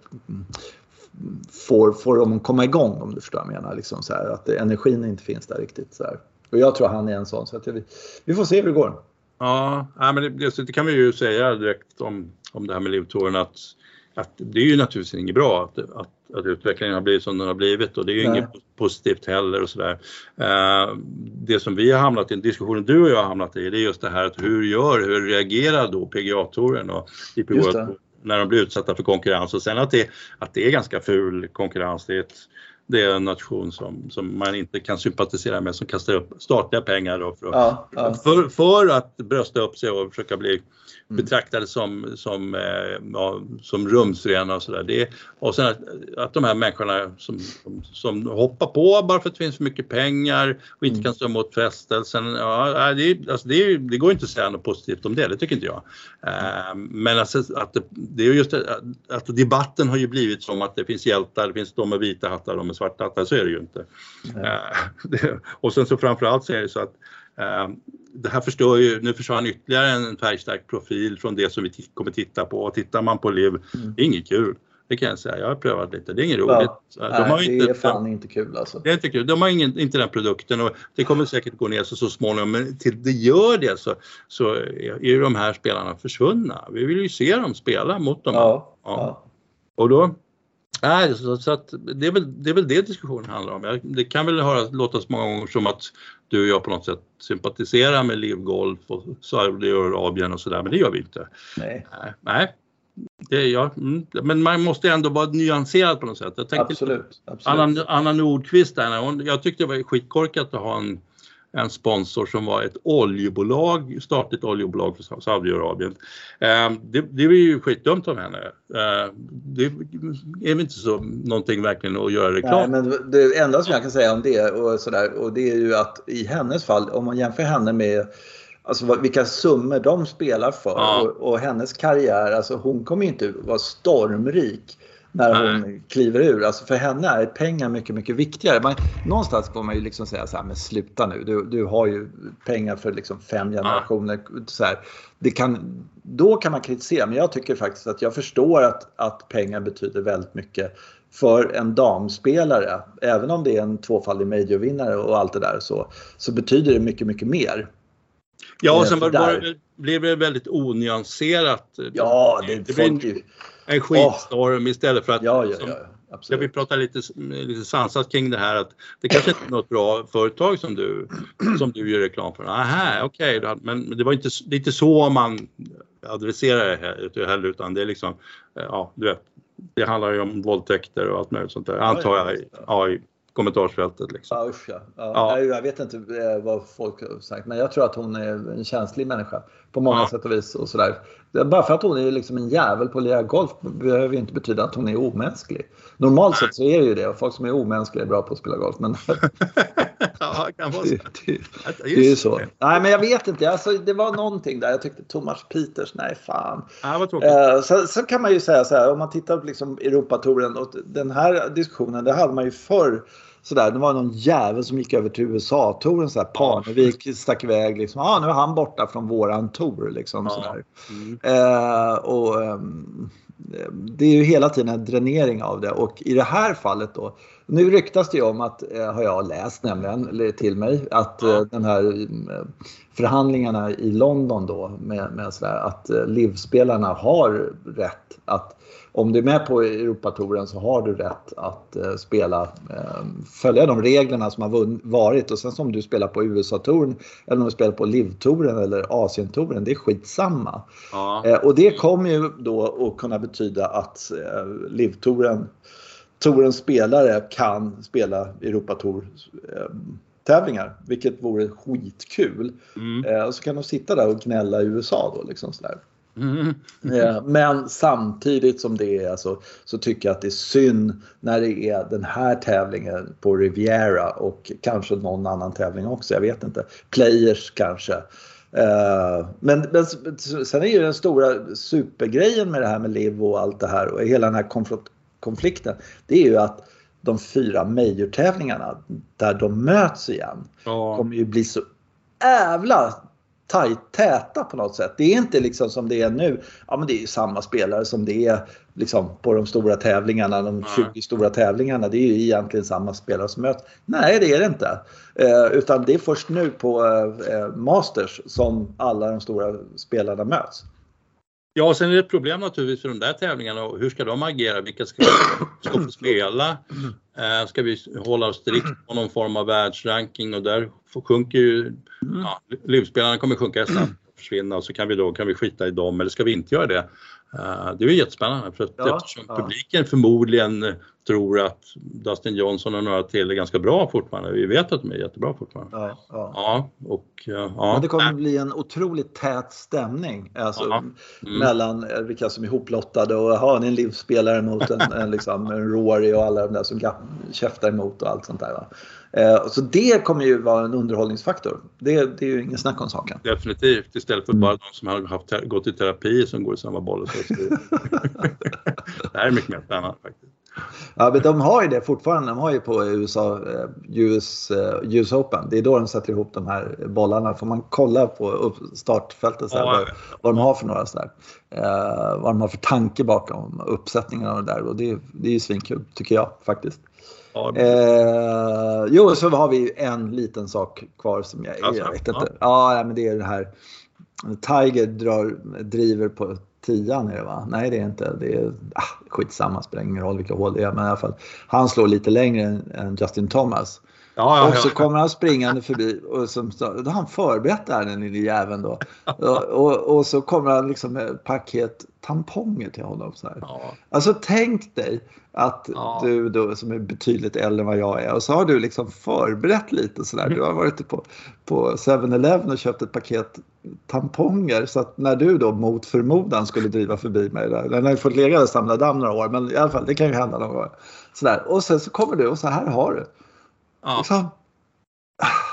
får, får dem att komma igång, om du förstår vad jag menar. Liksom så här, att energin inte finns där riktigt. Så här. Och jag tror han är en sån, så att vi, vi får se hur det går. Ja, men det, det kan vi ju säga direkt om, om det här med Liv-touren, att att det är ju naturligtvis inget bra att, att, att utvecklingen har blivit som den har blivit, och det är ju Nej. inget positivt heller och sådär. Uh, det som vi har hamnat i, diskussionen du och jag har hamnat i, det är just det här att hur gör, hur reagerar då P G A-touren och I P G A när de blir utsatta för konkurrens, och sen att det, att det är ganska ful konkurrens. Det är, ett, det är en nation som, som man inte kan sympatisera med, som kastar upp statliga pengar då för, att, ja, ja. För, för att brösta upp sig och försöka bli betraktade som, som, eh, ja, som rumsrena och sådär. Det, och sen att, att de här människorna som, som, som hoppar på bara för att det finns för mycket pengar och inte mm. kan stå emot frestelsen. Ja, det, alltså det, det går inte att säga något positivt om det, det tycker inte jag. Eh, men alltså, att det, det är just det, att debatten har ju blivit som att det finns hjältar, det finns de med vita hattar, de med svarta hattar, så är det ju inte. Mm. Eh, det, och sen så framförallt så är det så att Uh, det här förstör ju, nu försvann ytterligare en färgstark profil från det som vi t- kommer titta på. Och tittar man på Liv, mm. det är inget kul. Det kan jag säga, jag har prövat lite, det är inget roligt. Ja, de nej, har inte, det är fan inte kul alltså. Det är inte kul, de har ingen, inte den produkten, och det kommer säkert gå ner så, så småningom. Men till det gör det så, så är ju de här spelarna försvunna. Vi vill ju se dem spela mot dem. Ja, ja. Ja. Och då... Nej, så, så att det, är väl, det är väl det diskussionen handlar om. Jag, det kan väl höra, låta så många gånger som att du och jag på något sätt sympatiserar med Liv-golf och Saudiarabien och sådär, men det gör vi inte. Nej. Nej, nej. Det är jag. Mm. Men man måste ändå vara nyanserad på något sätt. Jag tänkte, absolut. absolut. Anna, Anna Nordqvist där, hon, jag tyckte det var skitkorkat att ha en en sponsor som var ett oljebolag, statligt oljebolag för Saudiarabien. Eh, det, det är ju skitdumt av henne. Eh, det är väl inte så någonting verkligen att göra reklam. Nej, men det enda som jag kan säga om det och sådär, och det är ju att i hennes fall, om man jämför henne med alltså vad, vilka summor de spelar för Ja. och, och hennes karriär, alltså hon kommer ju inte vara stormrik när hon Nej. kliver ur. Alltså för henne är pengar mycket, mycket viktigare. Man, någonstans får man ju liksom säga så här, men sluta nu. Du, du har ju pengar för liksom fem generationer. Ja. Så här. Det kan, då kan man kritisera, men jag tycker faktiskt att jag förstår att, att pengar betyder väldigt mycket för en damspelare. Även om det är en tvåfaldig majorvinnare och allt det där så, så betyder det mycket, mycket mer. Ja, och sen var, var det, blev det väldigt onyanserat. Ja, det, det blev en, en skitstorm oh. istället för att... Ja, ja, som, ja, absolut. Jag vill prata lite, lite sansat kring det här att det kanske inte är något bra företag som du, som du gör reklam för. Aha, okej, okay, men det var inte, det är inte så man adresserar det heller, utan det är liksom, ja, du vet, det handlar ju om våldtäkter och allt möjligt sånt där, antar jag, ja, i kommentarsfältet liksom. Ja, usch, ja. Ja, ja. Jag vet inte vad folk har sagt, men jag tror att hon är en känslig människa på många ja. sätt och vis och sådär. Bara för att hon är liksom en jävel på att lira golf behöver ju inte betyda att hon är omänsklig. Normalt sett så är det ju det, och folk som är omänskliga är bra på att spela golf, men ja, kan vara så. Det, det, det är ju så. Nej, men jag vet inte, alltså, det var någonting där, jag tyckte Thomas Pieters, nej fan. Ja, vad tråkigt. Eh, så, så kan man ju säga så här, om man tittar på liksom Europatouren, och den här diskussionen, det hade man ju förr. Sådär, det var någon jävel som gick över till U S A-touren sådär, Parnevik stack iväg liksom, ja ah, nu är han borta från våran tour liksom ja. sådär. Mm. Eh, och um, det är ju hela tiden en dränering av det, och i det här fallet då, nu ryktas det ju om att, eh, har jag läst nämligen till mig, att ja. eh, den här eh, förhandlingarna i London då med, med sådär, att eh, livspelarna har rätt att, om du är med på Europatouren så har du rätt att uh, spela, uh, följa de reglerna som har vunn- varit, och sen som du spelar på U S A-touren eller om du spelar på Liv-touren eller Asien-touren, det är skitsamma. Ja. Uh, och det kommer ju då att kunna betyda att uh, Liv-touren, tourens spelare kan spela Europatour uh, tävlingar, vilket vore skitkul. Mm. Uh, och så kan de sitta där och gnälla i U S A då liksom sådär. Mm. Ja, men samtidigt som det är alltså, så tycker jag att det är synd när det är den här tävlingen på Riviera och kanske någon annan tävling också, jag vet inte, Players kanske. Uh, men, men sen är ju den stora supergrejen med det här med Liv och allt det här och hela den här konfl- konflikten, det är ju att de fyra major-tävlingarna där de möts igen ja. kommer ju bli så jävla tajt, täta på något sätt. Det är inte liksom som det är nu. Ja, men det är ju samma spelare som det är liksom på de stora tävlingarna, de tjugo stora tävlingarna. Det är ju egentligen samma spelare som möts. Nej, det är det inte. Eh, utan det är först nu på eh, Masters som alla de stora spelarna möts. Ja, och sen är det ett problem naturligtvis för de där tävlingarna. Hur ska de agera? Vilka ska, ska få spela? Eh, ska vi hålla oss strikt på någon form av världsranking? Och där sjunker ju... Ja, livspelarna kommer sjunka snabbt och försvinna. Och så kan vi då kan vi skita i dem. Eller ska vi inte göra det? Uh, det är ju jättespännande. För att ja, eftersom ja. publiken förmodligen tror att Dustin Johnson och några till är ganska bra fortfarande. Vi vet att de är jättebra fortfarande. Ja, ja. ja, och, uh, ja. Men det kommer att bli en otroligt tät stämning. Alltså, ja. mm. mellan vilka som är hoplottade och har en livsspelare mot en, en, liksom, en Rory och alla de där som käftar emot och allt sånt där. Va? Uh, så det kommer ju vara en underhållningsfaktor. Det, det är ju ingen snack om saken. Definitivt, istället för mm. bara de som har haft, gått i terapi som går i samma boll. Det här är mycket mer spännande faktiskt. Ja, men de har ju det fortfarande. De har ju på U S A, U S, U S Open. Det är då de sätter ihop de här bollarna. Får man kolla på startfältet så här, ja, vad, vad de har för några så där. Eh, vad de har för tanke bakom uppsättningen och det där. Och det, det är ju svinkul tycker jag faktiskt. Ja, eh, jo, så har vi en liten sak kvar som jag, alltså, jag vet inte. Ja, ja, men det är det här. Tiger drar, driver på tian är det va? Nej, det är inte. Det är ah, skitsamma, spelar ingen roll vilka hål det är. Men i alla fall, han slår lite längre än, än Justin Thomas. Ja, ja, och så ja. kommer han springande förbi och så, då har han förberett där den lille jäveln då. och, och, och så kommer han liksom med ett paket tamponger till honom så här. Ja. Alltså tänk dig att ja. du då som är betydligt äldre än vad jag är och så har du liksom förberett lite så där. Du har varit på på seven eleven och köpt ett paket tamponger så att när du då mot förmodan skulle driva förbi mig där. Den har ju fått lägga och samla damm några år, men i alla fall det kan ju hända någon gång. Så där. Och sen så kommer du och så här har du. Ja. Liksom,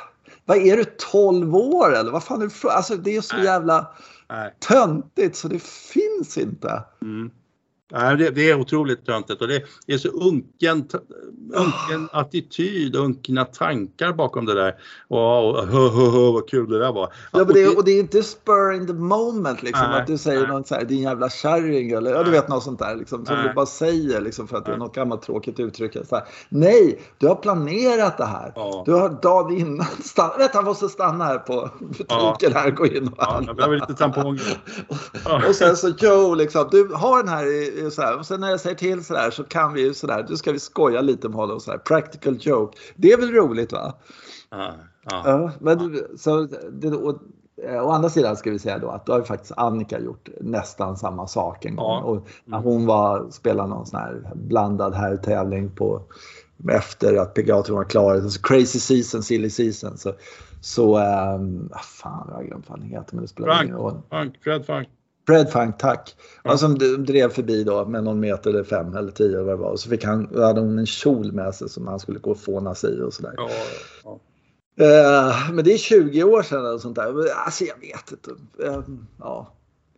vad är du, tolv år eller? Vad fan är det? Alltså det är så Nej. jävla Nej. töntigt så det finns inte. Mm. Nej, det, det är otroligt töntigt och det är så unken, unken oh. attityd, unkna tankar bakom det där. Och, och hö, hö, hö, vad kul det där var. Ja, men det är, och det är inte spur in the moment liksom, nej, att du säger nej. något så här, din jävla kärring eller ja, du vet något sånt där liksom, som nej. du bara säger liksom, för att nej. det är något gammalt tråkigt uttryck. Så här. Nej, du har planerat det här. Ja. Du har dagen innan stann, vet han måste stanna här på butiken ja. här, gå in och ja, jag behöver lite tamponger. och, och sen så Joe liksom, du har den här i så här, och sen när jag säger till så där så kan vi ju så där, då ska vi skoja lite med honom så här, practical joke. Det är väl roligt va? Ja. ja. ja men så det, och, å andra sidan ska vi säga då att då har faktiskt Annika gjort nästan samma sak en gång. Ja. Och när hon var spelade någon sån här blandad här tävling på efter att P G A-touren var klar, så crazy season, silly season så så um, fan jag har glömt vad han heter men det spelar ingen roll. Frank, Fred Frank. Fred Funk, tack. Ja. Och som drev förbi då med någon meter eller fem eller tio eller vad det var. Och så fick han, hade hon en kjol med sig som han skulle gå och fåna sig och sådär. Ja, ja. Uh, men det är tjugo år sedan eller sånt där. Alltså jag vet inte. Uh, ja.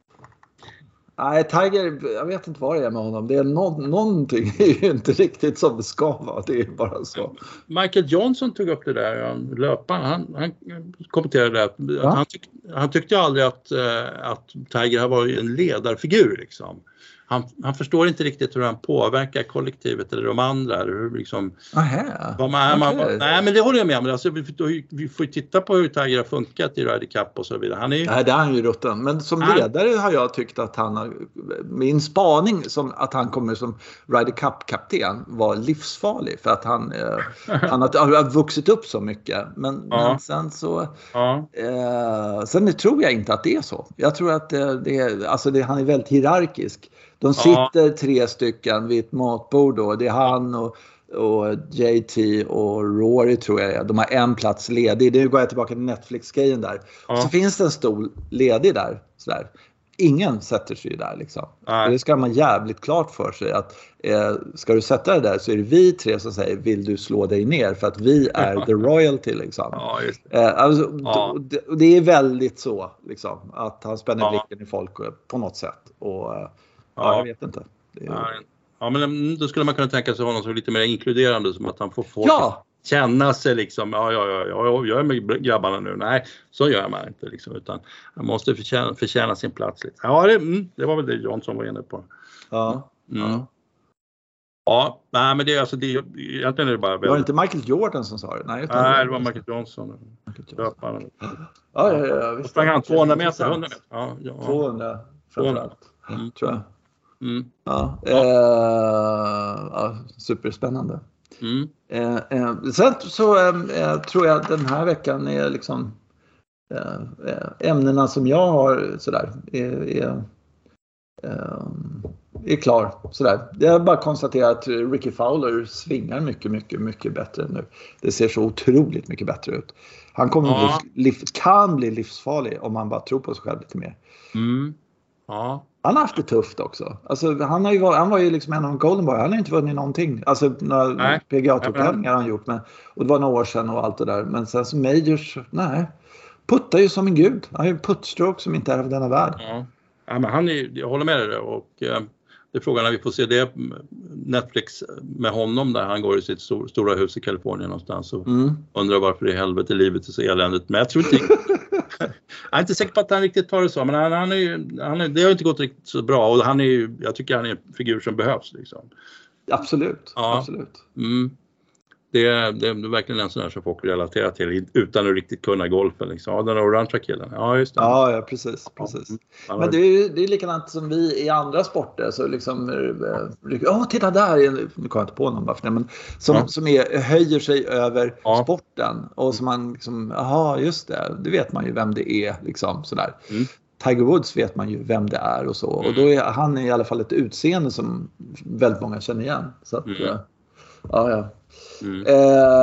Nej, Tiger, jag vet inte vad det är med honom. Det är no- någonting är ju inte riktigt som det ska vara. Det är bara så. Michael Johnson tog upp det där. Löparen, han, han kommenterade det. Att ja? han, tyck, han tyckte aldrig att, uh, att Tiger har varit en ledarfigur liksom. Han, han förstår inte riktigt hur han påverkar kollektivet eller de andra. Hur liksom, vad man, man, okay. Nej, men det håller jag med om. Alltså, vi, vi får ju titta på hur Tiger har funkat i Ryder Cup och så vidare. Han är ju... Nej, det är han ju rutten. Men som han... ledare har jag tyckt att han har, min spaning som att han kommer som Ryder Cup-kapten var livsfarlig. För att han, eh, han har, har vuxit upp så mycket. Men, ja. men sen så... Ja. Eh, sen tror jag inte att det är så. Jag tror att det, det, alltså det, han är väldigt hierarkisk. De sitter ja. tre stycken vid ett matbord då. Det är han och, och J T och Rory tror jag. De har en plats ledig. Nu går jag tillbaka till Netflix-grejen där. Ja. Så finns det en stol ledig där. Sådär. Ingen sätter sig där liksom. Det ska man jävligt klart för sig. Att eh, ska du sätta det där så är det vi tre som säger vill du slå dig ner. För att vi är the royalty liksom. Ja, just det. Eh, alltså, ja. det, det är väldigt så liksom. Att han spänner ja. blicken i folk på något sätt. Och... Ja, jag vet inte. Det är... Ja, men då skulle man kunna tänka sig honom som lite mer inkluderande, som att han får folk ja. känna sig liksom, ja, ja, ja, ja, jag är med grabbarna nu. Nej, så gör man inte liksom, utan man måste förtjäna, förtjäna sin plats lite. Ja, det, det var väl det Johnson var inne på. Ja. Mm. Ja. Ja, nej, men det är alltså, det är, egentligen är det bara... Väldigt... Var det inte Michael Jordan som sa det? Nej, utan nej det var Michael Johnson. Michael Johnson. Ja, ja, ja, ja visst. Sprang han tvåhundra meter, hundra meter? Ja, ja. tvåhundra, framförallt, mm. tror jag. Mm. Ja, eh, ja, superspännande. Mm. Eh, eh, sen så eh, tror jag att den här veckan är liksom eh, ämnena som jag har sådär är, är, eh, är klar sådär. Jag har bara konstaterat att Ricky Fowler svingar mycket, mycket, mycket bättre nu. Det ser så otroligt mycket bättre ut. Han kommer ja. bli, liv, kan bli livsfarlig om man bara tror på sig själv lite mer. Mm. Ja. Han har haft det tufft också. Alltså, han, har ju varit, han var ju liksom en av Golden Boy. Han har inte vunnit någonting. Alltså några P G A-tävlingar har han gjort. Men, och det var några år sedan och allt det där. Men sen som Majors, nej. Puttar ju som en gud. Han har ju en puttstroke som inte är av denna värld. Ja, ja men han är, jag håller med dig. Och eh, det är frågan när vi får se det Netflix med honom där. Han går i sitt stor, stora hus i Kalifornien någonstans. Och mm. undrar varför i helvete livet är så eländigt. Men jag tror inte... Jag är inte säker på att han riktigt tar det så, men han, han är ju, han är, det har inte gått riktigt så bra och han är ju, jag tycker han är en figur som behövs liksom. Absolut, ja. absolut. Mm. Det, är, det är verkligen en sån här som folk relaterar till utan att riktigt kunna golfen liksom. Ja, den orangea killen. Ja, just det. Ja, ja precis, precis. Ja. Men det är ju det är likadant som vi i andra sporter så liksom ja, oh, titta där, nu kommer jag inte på någon bara men som ja. som är, höjer sig över ja. sporten och som man liksom jaha, just det. Det vet man ju vem det är liksom så där. Mm. Tiger Woods vet man ju vem det är och så mm. och då är han i alla fall ett utseende som väldigt många känner igen så att mm. ja, ja. Mm. Eh,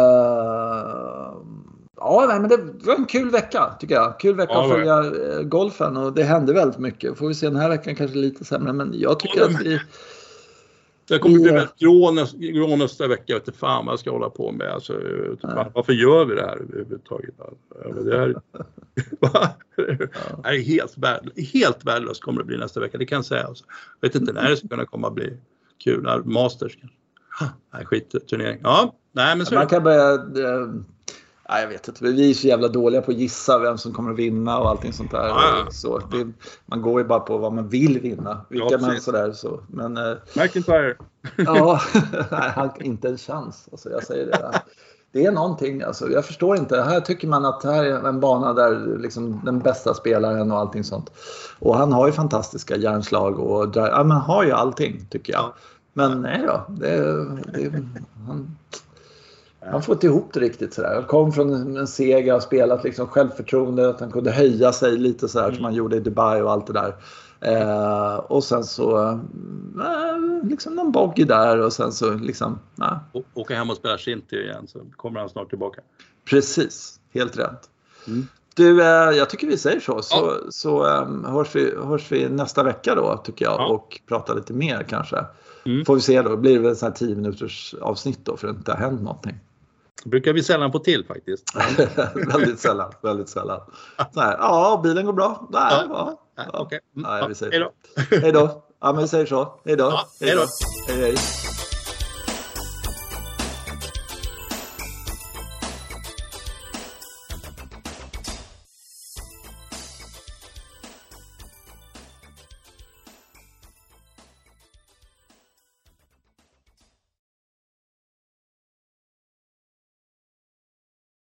ja, nej, men det var en kul vecka tycker jag. Kul vecka ja, att följa eh, golfen och det hände väldigt mycket. Får vi se den här veckan kanske lite sämre men jag tycker ja, att vi Jag kommer bli väldigt grå, nästa, grå nästa vecka. Jag vet inte fan vad jag ska hålla på med. Alltså, fan, varför gör vi det här överhuvudtaget? Det här, det här är helt, värd, helt värdelöst kommer det bli nästa vecka. Det kan jag säga. Alltså. Jag vet inte när det ska kunna komma att bli kul. Masters kanske. Nej, skitturnering. Ja, nej men så. Man kan börja... Äh, nej, jag vet inte. Vi är så jävla dåliga på att gissa vem som kommer att vinna och allting sånt där. Ja. Så det, man går ju bara på vad man vill vinna. Vilka ja, man sådär så. Men... Äh, McIntyre. ja, nej, han inte en chans. Alltså, jag säger det. Det är någonting, alltså, jag förstår inte. Här tycker man att det här är en bana där liksom den bästa spelaren och allting sånt. Och han har ju fantastiska hjärnslag och ja, man har ju allting tycker jag. Men nej då, det, det, han, han får inte ihop det riktigt sådär. Han kom från en seger och spelat liksom självförtroende, att han kunde höja sig lite sådär mm. som han gjorde i Dubai och allt det där. Eh, och sen så eh, liksom någon boggy där och sen så liksom nah. Åka hem och spela Shinty igen så kommer han snart tillbaka. Precis, helt rätt. Mm. Du, eh, jag tycker vi säger så. Så, ja. så eh, hörs, vi, hörs vi nästa vecka då tycker jag ja. Och pratar lite mer kanske. Mm. Får vi se då, blir det väl så här tio minuters avsnitt då för att det inte har hänt någonting. Brukar vi sällan få till faktiskt. väldigt sällan, väldigt sällan. Så här, ja, bilen går bra. Nej, ja. Ja. Ja, okej. Okay. Nej, vi säger hej då. Hej då. Ja, men vi säger så. Hej då. Ja, hej då. Hej, hej.